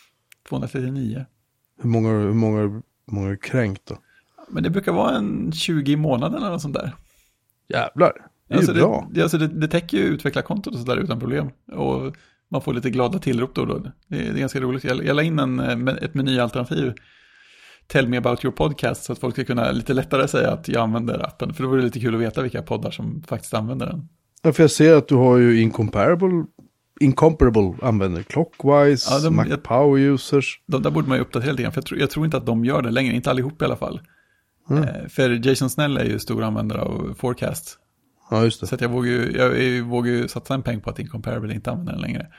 239. Hur många är kränkt då? Men det brukar vara en 20 i månaden eller något sånt där. Jävlar, det är ju bra. Det täcker ju utvecklarkontot och sådär utan problem. Och man får lite glada tillrop då. Det är ganska roligt. Jag la in ett menyalternativ. Tell me about your podcast, så att folk ska kunna lite lättare säga att jag använder appen. För det vore lite kul att veta vilka poddar som faktiskt använder den. Ja, för jag ser att du har ju Incomparable använder Clockwise, ja, Mac Power Users. De där borde man ju uppdatera lite grann, för jag tror inte att de gör det längre, inte allihop i alla fall. För Jason Snell är ju stor användare av Forecast. Ja, just det. Så att jag vågar ju satsa en peng på att Incomparable inte använder den längre.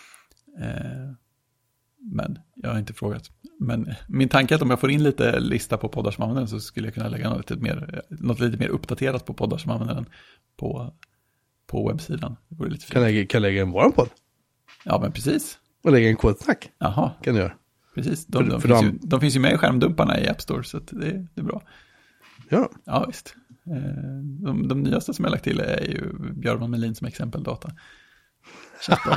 Men jag har inte frågat. Men min tanke är att om jag får in lite lista på poddar som använder den, så skulle jag kunna lägga något lite mer uppdaterat på poddar som använder den på webbsidan. Det vore lite fint. Kan lägga en våran podd? Ja, men precis. Och lägga en kodsnack? Jaha. Kan du göra. Precis. De finns ju med i skärmdumparna i App Store, så att det är bra. Ja. Ja, visst. De nyaste som jag lagt till är ju Björn Melin som exempeldata. Känns bra.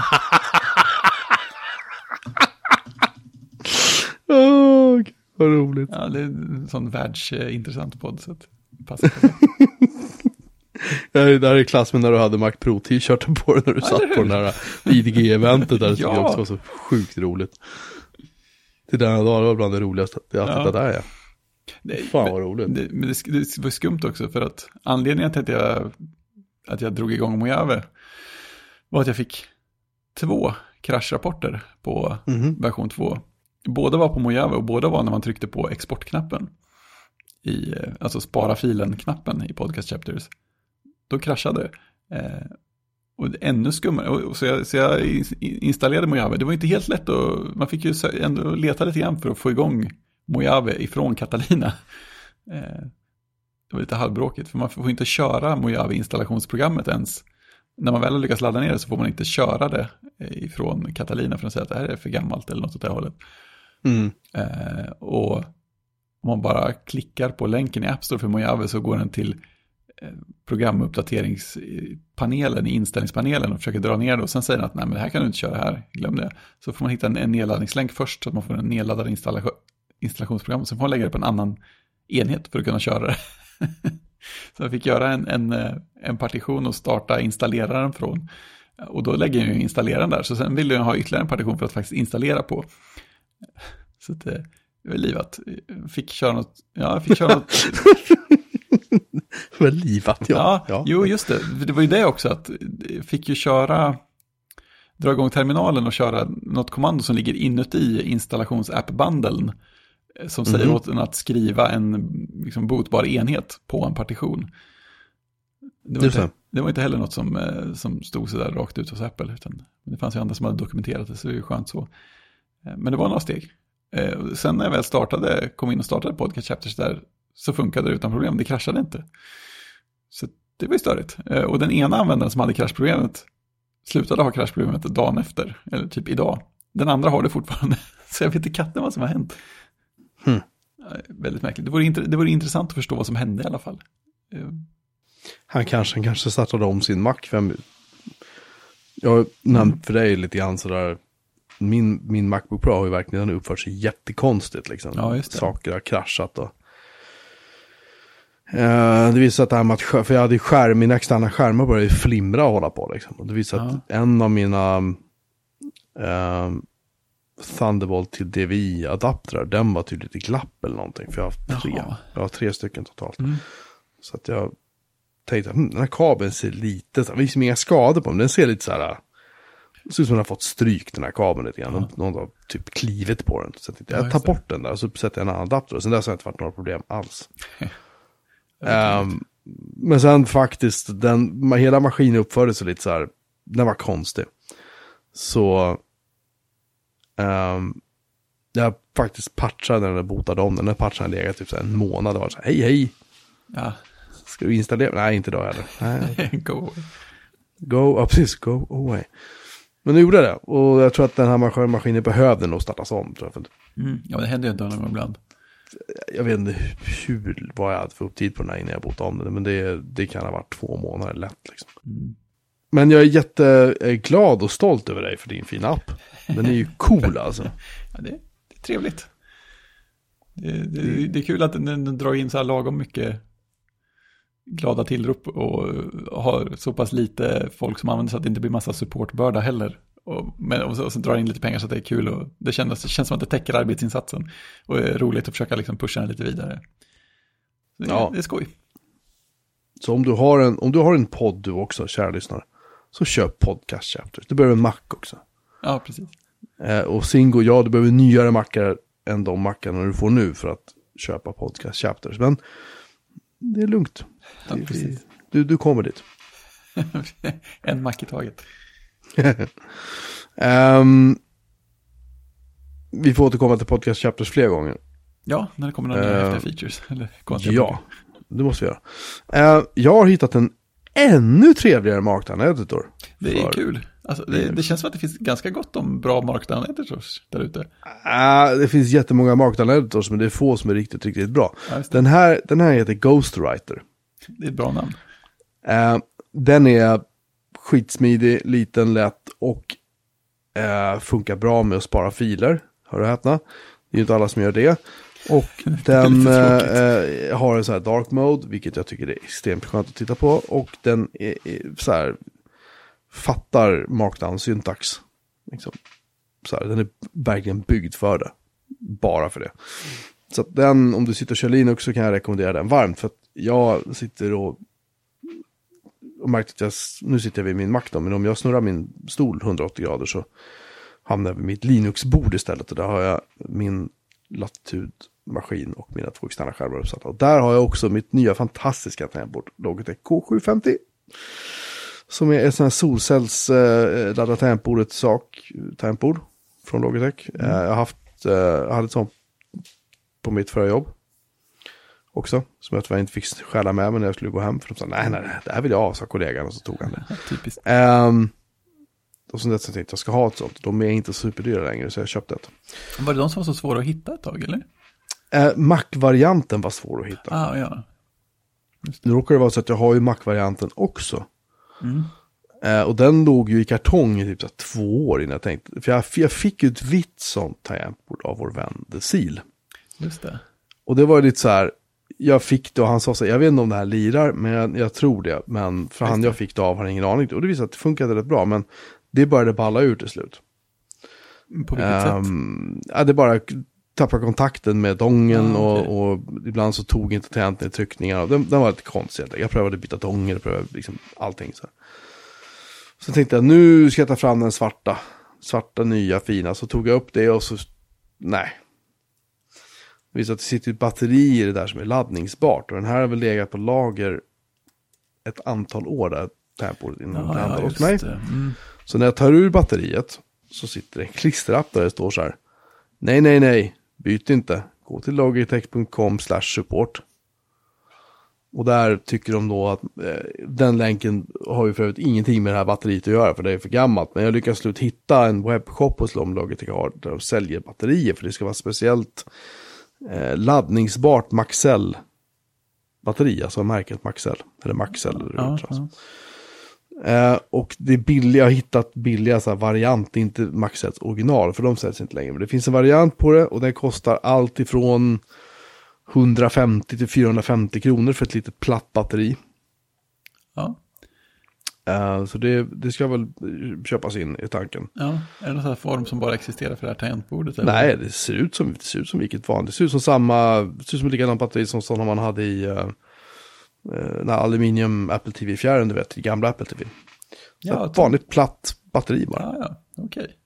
Vad roligt. Ja, det är en sån världsintressant podd, så att passa på det. Det här är klass med när du hade Mac Pro t-shirten på dig när du satt på den här IDG-eventet där. Ja. Det också var så sjukt roligt. Till denna dag var bland det roligaste. Det är alltid det där, ja. Fan vad roligt. Men det var skumt också, för att anledningen till att jag drog igång Mojave var att jag fick 2 kraschrapporter på version 2. Båda var på Mojave och båda var när man tryckte på exportknappen. Alltså spara filen-knappen i Podcast Chapters. Då kraschade och ännu skummare. Så jag installerade Mojave. Det var inte helt lätt man fick ju ändå leta lite grann för att få igång Mojave ifrån Catalina. Det var lite halvbråkigt, för man får inte köra Mojave-installationsprogrammet ens. När man väl har lyckats ladda ner det så får man inte köra det ifrån Catalina för att säga att det här är för gammalt eller något åt det hållet. Och om man bara klickar på länken i App Store för Mojave så går den till programuppdateringspanelen i inställningspanelen och försöker dra ner det och sen säger den att nej, men det här kan du inte köra här, glöm det. Så får man hitta en nedladdningslänk först så att man får en nedladdad installationsprogram och sen får man lägga det på en annan enhet för att kunna köra det. Så jag fick göra en partition och starta installeraren från. Och då lägger jag ju installeraren där. Så sen vill jag ha ytterligare en partition för att faktiskt installera på. Så det var livat. Fick köra något. Ja, jag fick köra något. Det var livat, ja. Jo, just det. Det var ju det också att jag fick ju dra igång terminalen och köra något kommando som ligger inuti installationsapp-bundeln. Som säger åt den att skriva en liksom, bootbar enhet på en partition. Det var inte heller något som stod så där rakt ut hos Apple. Utan det fanns ju andra som hade dokumenterat det, så det är ju skönt så. Men det var några steg. Sen när jag väl kom in och startade Podcast Chapters där, så funkade det utan problem. Det kraschade inte. Så det var ju störigt. Och den ena användaren som hade kraschproblemet slutade ha kraschproblemet dagen efter. Eller typ idag. Den andra har det fortfarande. Så jag vet inte katten vad som har hänt. Väldigt märkligt. Det vore intressant att förstå vad som hände i alla fall. Han kanske startade om sin Mac. Jag har nämnt för dig lite grann sådär. Min MacBook Pro har ju verkligen uppfört sig jättekonstigt. Liksom. Ja, just det. Saker har kraschat. Och det visar att det här med för jag hade mina externa skärmar började flimra och hålla på. Liksom. Och det visar att en av mina Thunderbolt till DVI-adaptrar, den var tydligt i glapp eller någonting. För jag har 3 stycken totalt. Så att jag tänkte att den här kabeln ser lite, det finns inga skador på den. Den ser lite så här, det ser ut som den har fått stryk den här kabeln lite grann. Någon har typ klivet på den. Så jag tar bort den där och så sätter jag en annan adapter. Och sen dess har det inte varit några problem alls. Men sen faktiskt, hela maskinen uppförde sig lite så här, den var konstig. Så jag faktiskt patchade när jag botade om den. Den patchade legat typ så en månad och var så här, hej. Ja. Ska du installera? Nej, inte idag heller. Nej. Go away. Men nu gjorde det. Och jag tror att den här maskinen behövde nog startas om. Tror jag. Ja, det händer ju inte någon gång ibland. Jag vet inte vad jag hade för upptid på den här innan jag botade om den. Men det kan ha varit 2 månader lätt. Liksom. Men jag är jätteglad och stolt över dig för din fina app. Den är ju cool alltså. Ja, det är trevligt. Det är kul att den drar in så här lagom mycket glada tillrop och har så pass lite folk som använder så att det inte blir massa supportbörda heller. Och så drar in lite pengar så att det är kul och det känns som att det täcker arbetinsatsen och är roligt att försöka liksom pusha den lite vidare. Det är skoj. Så om du har en podd du också, kära lyssnare, så köp Podcast Chapters. Du behöver en Mac också. Ja, precis. Och Singo, du behöver nyare Macar än de Macarna du får nu för att köpa Podcast Chapters. Men det är lugnt. Ja, du kommer dit. En Mac i taget. Vi får återkomma till Podcast Chapters fler gånger. Ja, när det kommer några häftiga features. Eller ja, det måste vi göra. Jag har hittat en ännu trevligare Markdown-editor. Det är kul. Alltså, det känns som att det finns ganska gott om bra Markdown-editors där ute. Det finns jättemånga Markdown-editors, men det är få som är riktigt, riktigt bra. Ja, den här heter Ghostwriter. Det är ett bra namn. Den är skitsmidig, liten, lätt och funkar bra med att spara filer. Hör du häpna? Det är ju inte alla som gör det. Och den har en så här dark mode, vilket jag tycker är extremt skönt att titta på. Och den är så här, fattar Markdown-syntax. Liksom. Så här, den är verkligen byggd för det. Bara för det. Så att den, om du sitter och kör Linux så kan jag rekommendera den varmt. För att jag sitter och märkte att nu sitter jag vid min Mac då, men om jag snurrar min stol 180 grader så hamnar jag vid mitt Linux-bord istället. Och där har jag min Latitude-maskin och mina 2 externa skärmar uppsatta. Och där har jag också mitt nya fantastiska tangentbord, Logitech K750. Som är ett sånt här solcells laddat tangentbord från Logitech. Jag hade ett sånt på mitt förra jobb också, som jag tyvärr inte fick stjäla med mig när jag skulle gå hem, för de sa, nej, det här vill jag ha, sa kollegan, och så tog han det. Typiskt. Och så tänkte jag att jag ska ha ett sånt. De är inte superdyra längre, så jag köpte ett. Var det de som var så svåra att hitta ett tag, eller? Mac-varianten var svår att hitta. Ja. Nu råkar det vara så att jag har ju Mac-varianten också. Och den låg ju i kartong i typ så 2 år innan jag tänkte. För jag fick ju ett vitt sånt tangentbord av vår vän Desil. Just det. Och det var lite så här, jag fick det och han sa så här, jag vet inte om det här lirar, men jag tror det. Men för han jag fick det av har ingen aning. Och det visade att det funkade rätt bra, men det började balla ur till slut. På vilket sätt? Ja, det bara tappade kontakten med dongen och ibland så tog inte tangenten i tryckningar. Den var lite konstig. Jag prövade byta donger, prövade liksom allting så här. Så tänkte jag, nu ska jag ta fram den svarta nya fina. Så tog jag upp det och så, nej. Det visar att det sitter ett batteri i det där som är laddningsbart. Och den här har väl legat på lager ett antal år där tangentbordet innan det hände hos mig. Så när jag tar ur batteriet så sitter det en klisterapp där det står så här. Nej, byt inte. Gå till logitech.com/support. Och där tycker de då att den länken har ju för övrigt ingenting med det här batteriet att göra, för det är för gammalt. Men jag lyckas slut hitta en webbshop hos Logitech där de säljer batterier, för det ska vara speciellt laddningsbart Maxell batteri, alltså märket Maxell eller Maxell. Och det är billiga, jag har hittat billiga så här variant, inte Maxells original, för de säljs inte längre. Men det finns en variant på det och den kostar allt ifrån 150 till 450 kronor för ett litet platt batteri. Ja. Så det ska väl köpas in i tanken. Ja, är det någon sån här form som bara existerar för det här tangentbordet? Eller? Nej, det ser ut som vilket vanligt. Det ser ut som ett likadant batteri som man hade i aluminium Apple TV-fjärren, du vet, i gamla Apple TV. Ja, ett vanligt platt batteri bara. Ja, okej.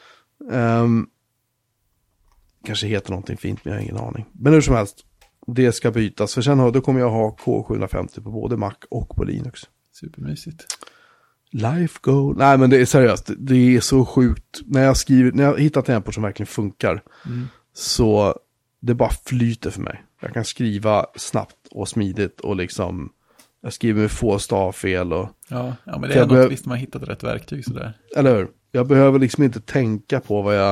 Kanske heter någonting fint, men jag har ingen aning. Men hur som helst, det ska bytas. För sen då kommer jag ha K750 på både Mac och på Linux. Supermysigt. Life goal. Nej, men det är seriöst. Det är så sjukt. När jag hittat en app som verkligen funkar, så det bara flyter för mig. Jag kan skriva snabbt och smidigt och liksom, jag skriver med få stavfel och... Ja, men det är något visst man har hittat rätt verktyg sådär. Eller hur? Jag behöver liksom inte tänka på vad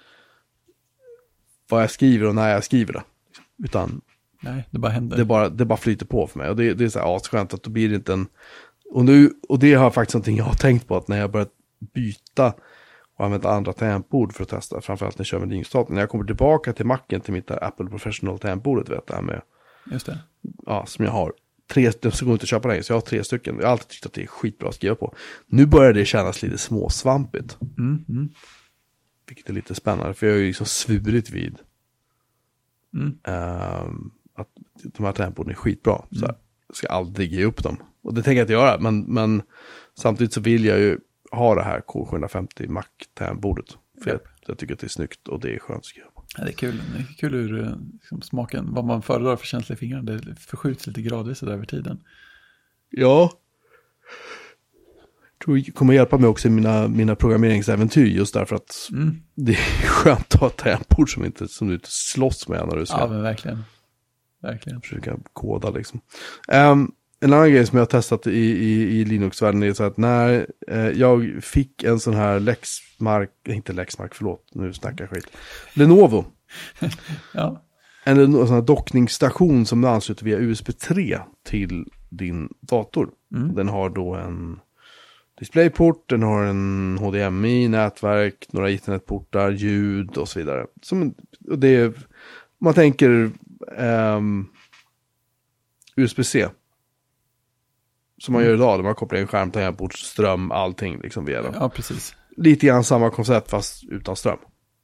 jag skriver och när jag skriver det. Utan... Nej, det bara händer. Det bara flyter på för mig. Och det är så här skönt att då blir det inte en... Och det har faktiskt någonting jag har tänkt på, att när jag börjat byta och använda andra tangentbord för att testa, framförallt när jag kör med Linux-datorn, när jag kommer tillbaka till Macen, till mitt Apple Professional tangentbordet, vet det här med... Just det. Ja, som jag har. 3, så går inte att köpa längre, så jag har 3 stycken. Jag har alltid tyckt att det är skitbra att skriva på. Nu börjar det kännas lite småsvampigt. Vilket är lite spännande, för jag är ju liksom svurit vid att de här tangentborden är skitbra. Så jag ska aldrig ge upp dem. Och det tänker jag inte göra, men samtidigt så vill jag ju ha det här K750 Mac-tangentbordet. För jag tycker att det är snyggt och det är skönt att skriva på. Ja, det är kul. Det är kul hur liksom, smaken, vad man föredrar för känsla i fingrarna, det förskjuts lite gradvis över tiden. Ja. Jag tror det kommer hjälpa mig också i mina programmeringsäventyr, just därför att det är skönt att ha ett tangentbord som du inte slåss med när du ska. Ja, men verkligen. Försöka koda liksom. En annan grej som jag har testat i Linux-världen är så att när jag fick en sån här nu snackar jag skit. Lenovo. Ja. En sån här dockningsstation som ansluter via USB 3 till din dator. Den har då en DisplayPort, den har en HDMI, nätverk, några Ethernet-portar, ljud och så vidare. Och det är, man tänker USB-C. Som man gör idag, där man kopplar in skärm, tangentbord, ström, allting liksom via den. Ja, precis. Lite grann samma koncept fast utan ström.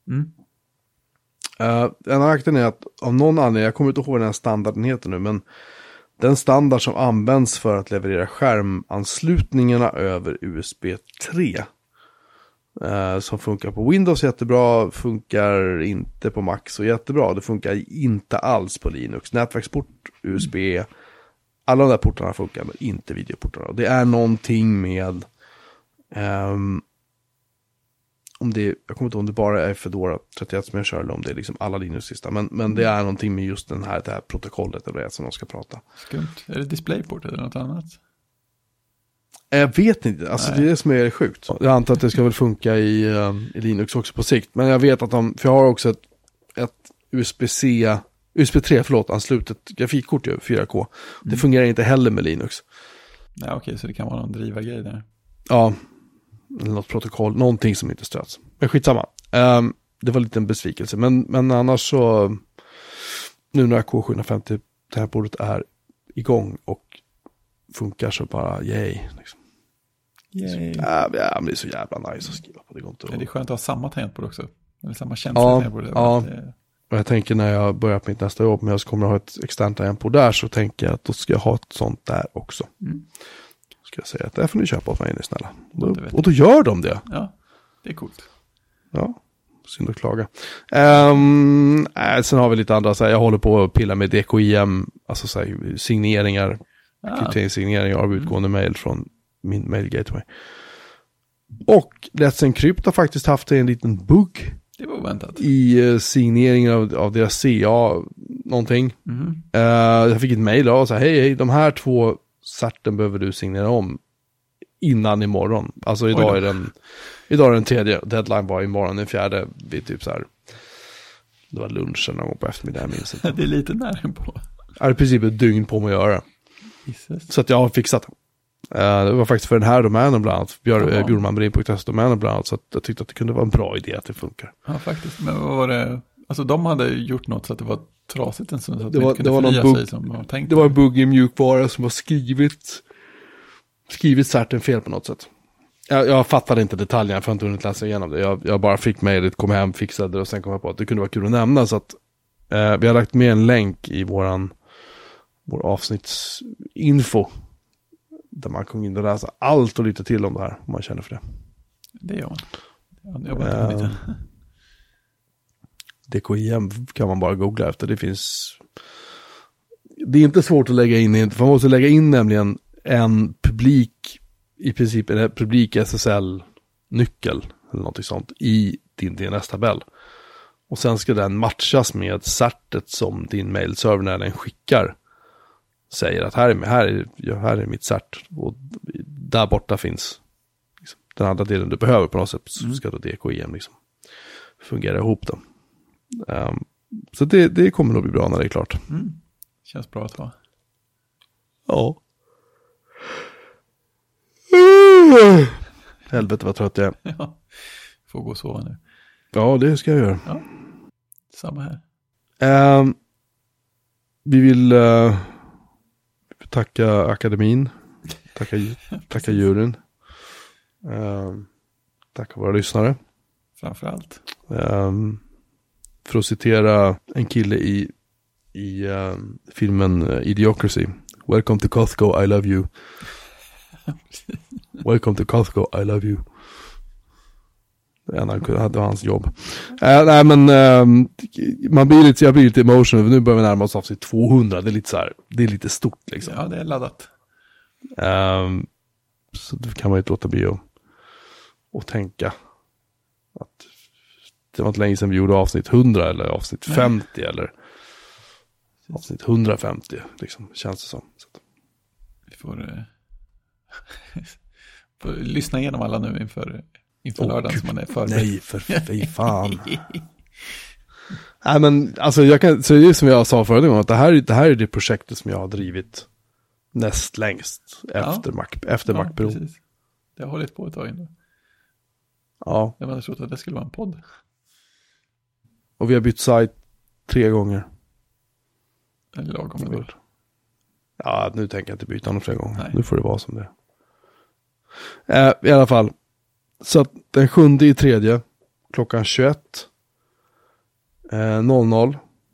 En nackdel är att av någon anledning, jag kommer inte ihåg vad den här standarden heter nu, men den standard som används för att leverera skärmanslutningarna över USB 3 som funkar på Windows jättebra, funkar inte på Mac så jättebra. Det funkar inte alls på Linux. Nätverksport, USB, alla de där portarna funkar, men inte videoportarna. Det är någonting med jag kommer inte ihåg om det bara är Fedora 31 som jag kör, eller om det är liksom alla Linux-sista. Men det är någonting med just det här protokollet eller det som de ska prata. Skumt. Är det DisplayPort eller något annat? Jag vet inte. Alltså det är det som är sjukt. Jag antar att det ska väl funka i Linux också på sikt. Men jag vet att för jag har också ett USB 3, förlåt, anslutet grafikkort ju, 4K. Det fungerar inte heller med Linux. Ja, okej, så det kan vara någon drivargrej där. Ja, något protokoll, någonting som inte stöts. Men skitsamma. Det var lite en besvikelse. Men annars så, nu när K750 tangentbordet är igång och funkar så bara yay. Liksom. Yay. Ja, men det är så jävla nice att skriva på. Det går inte att... Det är skönt att ha samma tangentbord också. Eller samma känsla tangentbord. Ja. Och jag tänker när jag börjar på mitt nästa jobb, men jag kommer att ha ett externt tangentbord där, så tänker jag att då ska jag ha ett sånt där också. Ska jag säga att det får ni köpa åt mig, ni snälla. Och då gör de det. Ja, det är coolt. Ja, synd att klaga. Sen har vi lite andra, så här, jag håller på att pilla med DKIM, alltså så här, signeringar, krypteringssigneringar av utgående mejl från min mail gateway. Och Let's Encrypt har faktiskt haft en liten bugg. Det var väntat. I signeringen av deras CA någonting. Jag fick ett mejl och sa hej, de här 2 certen behöver du signera om innan imorgon. Alltså idag är den 3:e. Deadline var imorgon den 4:e. Vi typ så här. Det var lunchen någon gång på eftermiddagen, minns inte. Det är lite nära på. Jag hade i princip ett dygn på mig att göra. Jesus. Så att jag har fixat det. Det var faktiskt för den här domänen bland annat. Bjurmanmarin.test-domänen bland annat. Så att jag tyckte att det kunde vara en bra idé att det funkar. Ja, faktiskt. Men vad var det? Alltså de hade gjort något så att det var trasigt en stund. Så att det var någon bugg. Det var en bugg i mjukvara som har skrivit certen fel på något sätt. Jag fattade inte detaljerna för att jag inte hunnit läsa igenom det. Jag bara fick mejlet, kom hem, fixade det och sen kom jag på att det kunde vara kul att nämna. Så att vi har lagt med en länk i vår avsnittsinfo. Där man kommer in och läsa allt och lite till om det här, om man känner för det. Det gör man. Jag bara inte DKIM kan man bara googla efter. Det är inte svårt att lägga in, för man måste lägga in nämligen en publik, i princip en publik SSL-nyckel eller något sånt i din DNS-tabell. Och sen ska den matchas med certet som din mailserver när den skickar säger att här är mitt cert och där borta finns liksom, den andra delen du behöver på något sätt, så ska då DKIM liksom fungera ihop dem. Så det kommer nog bli bra när det är klart. Känns bra att ha. Ja. Helvete vad trött jag är. Ja, får gå och sova nu. Ja, det ska jag göra. Ja, samma här. Vi vill tacka akademin, tacka juryn, tacka våra lyssnare. Framförallt. För att citera en kille i filmen Idiocracy. Welcome to Costco, I love you. Welcome to Costco, I love you. Han hade hans jobb. Nej men jag blir lite emotional. Nu börjar vi närma oss avsnitt 200. Det är lite så här, det är lite stort liksom. Ja, det är laddat. Så då kan man ju inte låta bli och tänka att det var inte länge sedan vi gjorde avsnitt 100 eller avsnitt 50 eller avsnitt 150 liksom, känns det som. Så att... Vi får lyssna igenom alla nu inför lördagen som man är för. Nej, för fan. Nej, men alltså så det är som jag sa förra gången, att det här är det projektet som jag har drivit näst längst efter Mac Pro. Precis. Det har hållit på ett tag nu. Ja. Jag hade trott att det skulle vara en podd. Och vi har bytt sajt 3 gånger. Eller lagom då. Ja, nu tänker jag inte byta någon fler gånger. Nej. Nu får det vara som det är. I alla fall. Så att den 7/3 klockan 21:00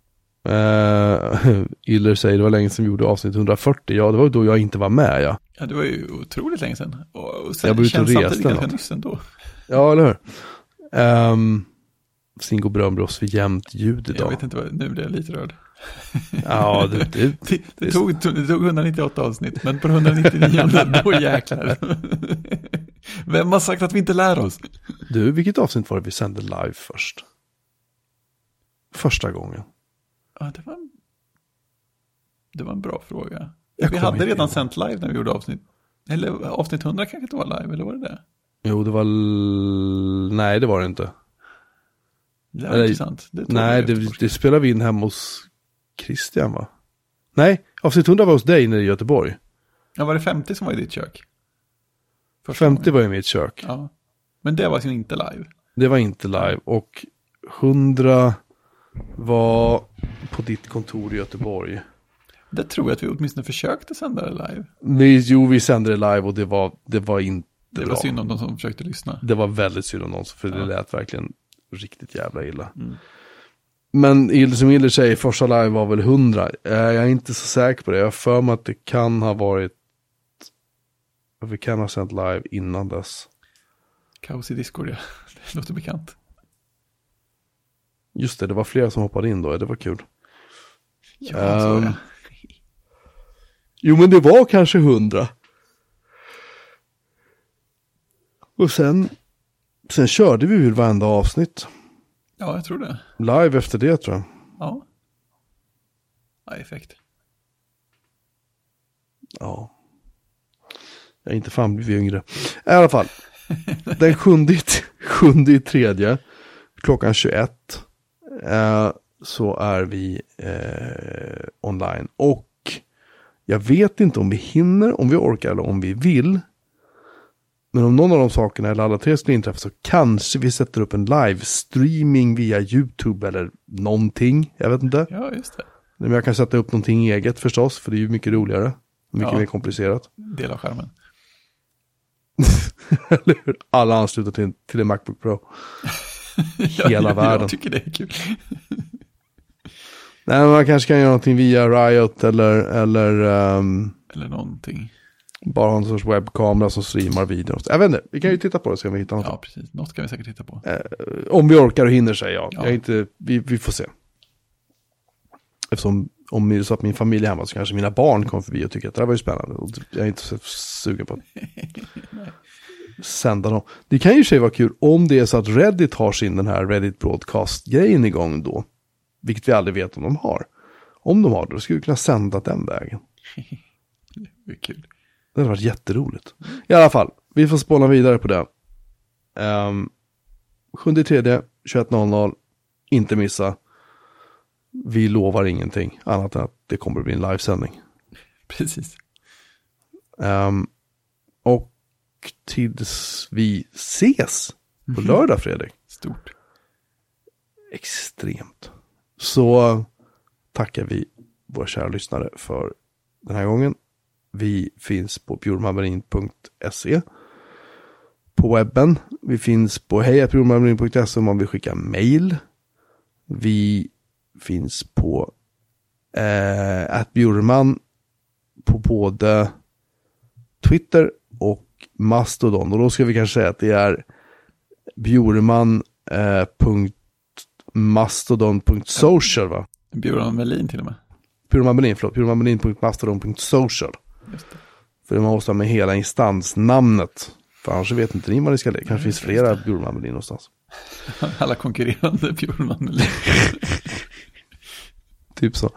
Iller säger det var länge sedan vi gjorde avsnitt 140. Ja, det var då jag inte var med, ja. Ja, det var ju otroligt länge sedan. Och sen jag var ute och reste ganska nyss ändå. Ja, eller hur? Singo berömmer oss för jämnt ljud idag. Jag vet inte, nu blir jag lite rörd. Ja, det tog 198 avsnitt, men på 199 då jäklar. Vem har sagt att vi inte lär oss? Du, vilket avsnitt var det vi sände live först? Första gången. Ja, det var en bra fråga. Vi hade redan sänt live när vi gjorde avsnitt. Eller avsnitt 100 kanske inte var live, eller var det det? Jo, det var... Nej, det var det inte. Det är intressant. Nej, det spelar vi in hemma hos Christian, va? Nej, avsnitt 100 var hos dig nere i Göteborg. Ja, var det 50 som var i ditt kök? 50 var i mitt kök. Ja. Men det var ju inte live. Det var inte live. Och 100 var på ditt kontor i Göteborg. Det tror jag att vi åtminstone försökte sända det live. Vi sände det live och det var inte det var bra. Synd om de som försökte lyssna. Det var väldigt synd om någon, för det lät verkligen riktigt jävla illa. Men som Iller säger, första live var väl 100. Jag är inte så säker på det. Jag har för mig att det kan ha varit, att vi kan ha sänt live innan dess. Kaos i Discord, ja. Det låter bekant. Just det var flera som hoppade in då. Det var kul. Ja, så ja. Jo, men det var kanske 100. Och sen körde vi väl varenda avsnitt. Ja, jag tror det. Live efter det, tror jag. Ja. Ja, effekt. Ja. Jag är inte fan blivit yngre. I alla fall. Den 7/3 klockan 21 så är vi online. Och jag vet inte om vi hinner, om vi orkar eller om vi vill. Men om någon av de sakerna eller alla tre skulle inträffa så kanske vi sätter upp en livestreaming via YouTube eller någonting. Jag vet inte. Ja, just det. Men jag kan sätta upp någonting eget förstås, för det är ju mycket roligare. Mycket mer komplicerat. Del av skärmen. Eller hur? Alla ansluter till en MacBook Pro. Hela världen. Jag tycker det är kul. Nej, men man kanske kan göra någonting via Riot eller någonting. Bara ha en sorts webbkamera som streamar videon. Jag vet inte, vi kan ju titta på det så kan vi hitta något. Ja, precis. Något kan vi säkert titta på. Om vi orkar och hinner, säger jag. Jag är inte, vi får se. Eftersom om det är så att min familj är hemma så kanske mina barn kommer förbi och tycker att det här var ju spännande. Och jag är inte så sugen på att sända dem. Det kan ju sig vara kul om det är så att Reddit har sin den här Reddit Broadcast-grejen igång då. Vilket vi aldrig vet om de har. Om de har det, då skulle vi kunna sända den vägen. Det är kul. Det har varit jätteroligt. I alla fall, vi får spåna vidare på det. 7/3, 21:00. Inte missa. Vi lovar ingenting annat än att det kommer att bli en livesändning. Precis. Och tills vi ses på lördag, Fredrik. Stort. Extremt. Så tackar vi våra kära lyssnare för den här gången. Vi finns på puremarin.se på webben. Vi finns på hej@puremarin.se om man vill skicka mail. Vi finns på @bjurman på både Twitter och Mastodon. Och då ska vi kanske säga att det är bjurman.mastodon.social, va? Bjurman Melin till och med. Puremarin.mastodon.social. För man måste ha med hela instansnamnet. För annars vet inte ni vad ni ska lägga. Kanske finns flera Bjurman Melin någonstans. Alla konkurrerande Bjurman Melin. Typ så.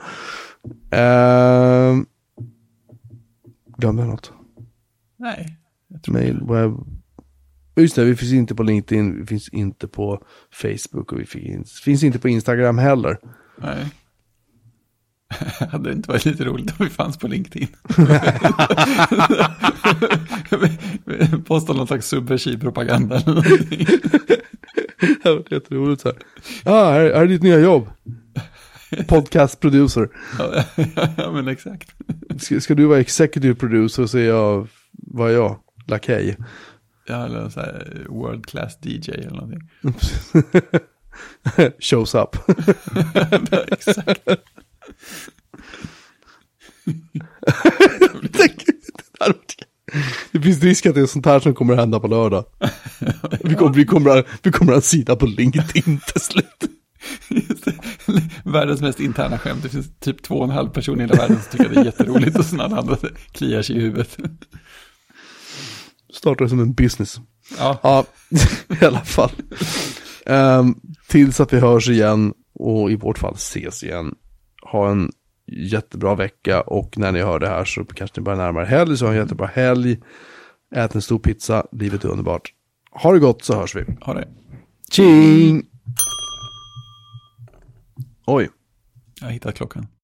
Glömde jag något? Nej. Mail, webb. Just det, vi finns inte på LinkedIn. Vi finns inte på Facebook. Och vi finns inte på Instagram heller. Nej. Hade det inte varit lite roligt om vi fanns på LinkedIn? Posta någon slags subversiv propaganda eller någonting. Det var jätteroligt så här. Här är ditt nya jobb. Podcast producer. Ja, men exakt. Ska du vara executive producer så är jag lakej. Ja, eller så här world class DJ eller någonting. Shows up. Ja, exakt. Det finns risk att det är sånt här som kommer att hända på lördag. Vi kommer att ha en sida på LinkedIn till slut. Just det. Världens mest interna skämt. Det finns typ 2,5 personer i hela världen som tycker det är jätteroligt och sådana andra kliar sig i huvudet. Startar som en business. Ja, i alla fall. Tills att vi hörs igen och i vårt fall ses igen. Ha en jättebra vecka och när ni hör det här så kanske ni börjar närmare helg, så ha en jättebra helg. Ät en stor pizza, livet är underbart. Ha det gott, så hörs vi. Ha det. Tjing! Oj. Jag har hittat klockan.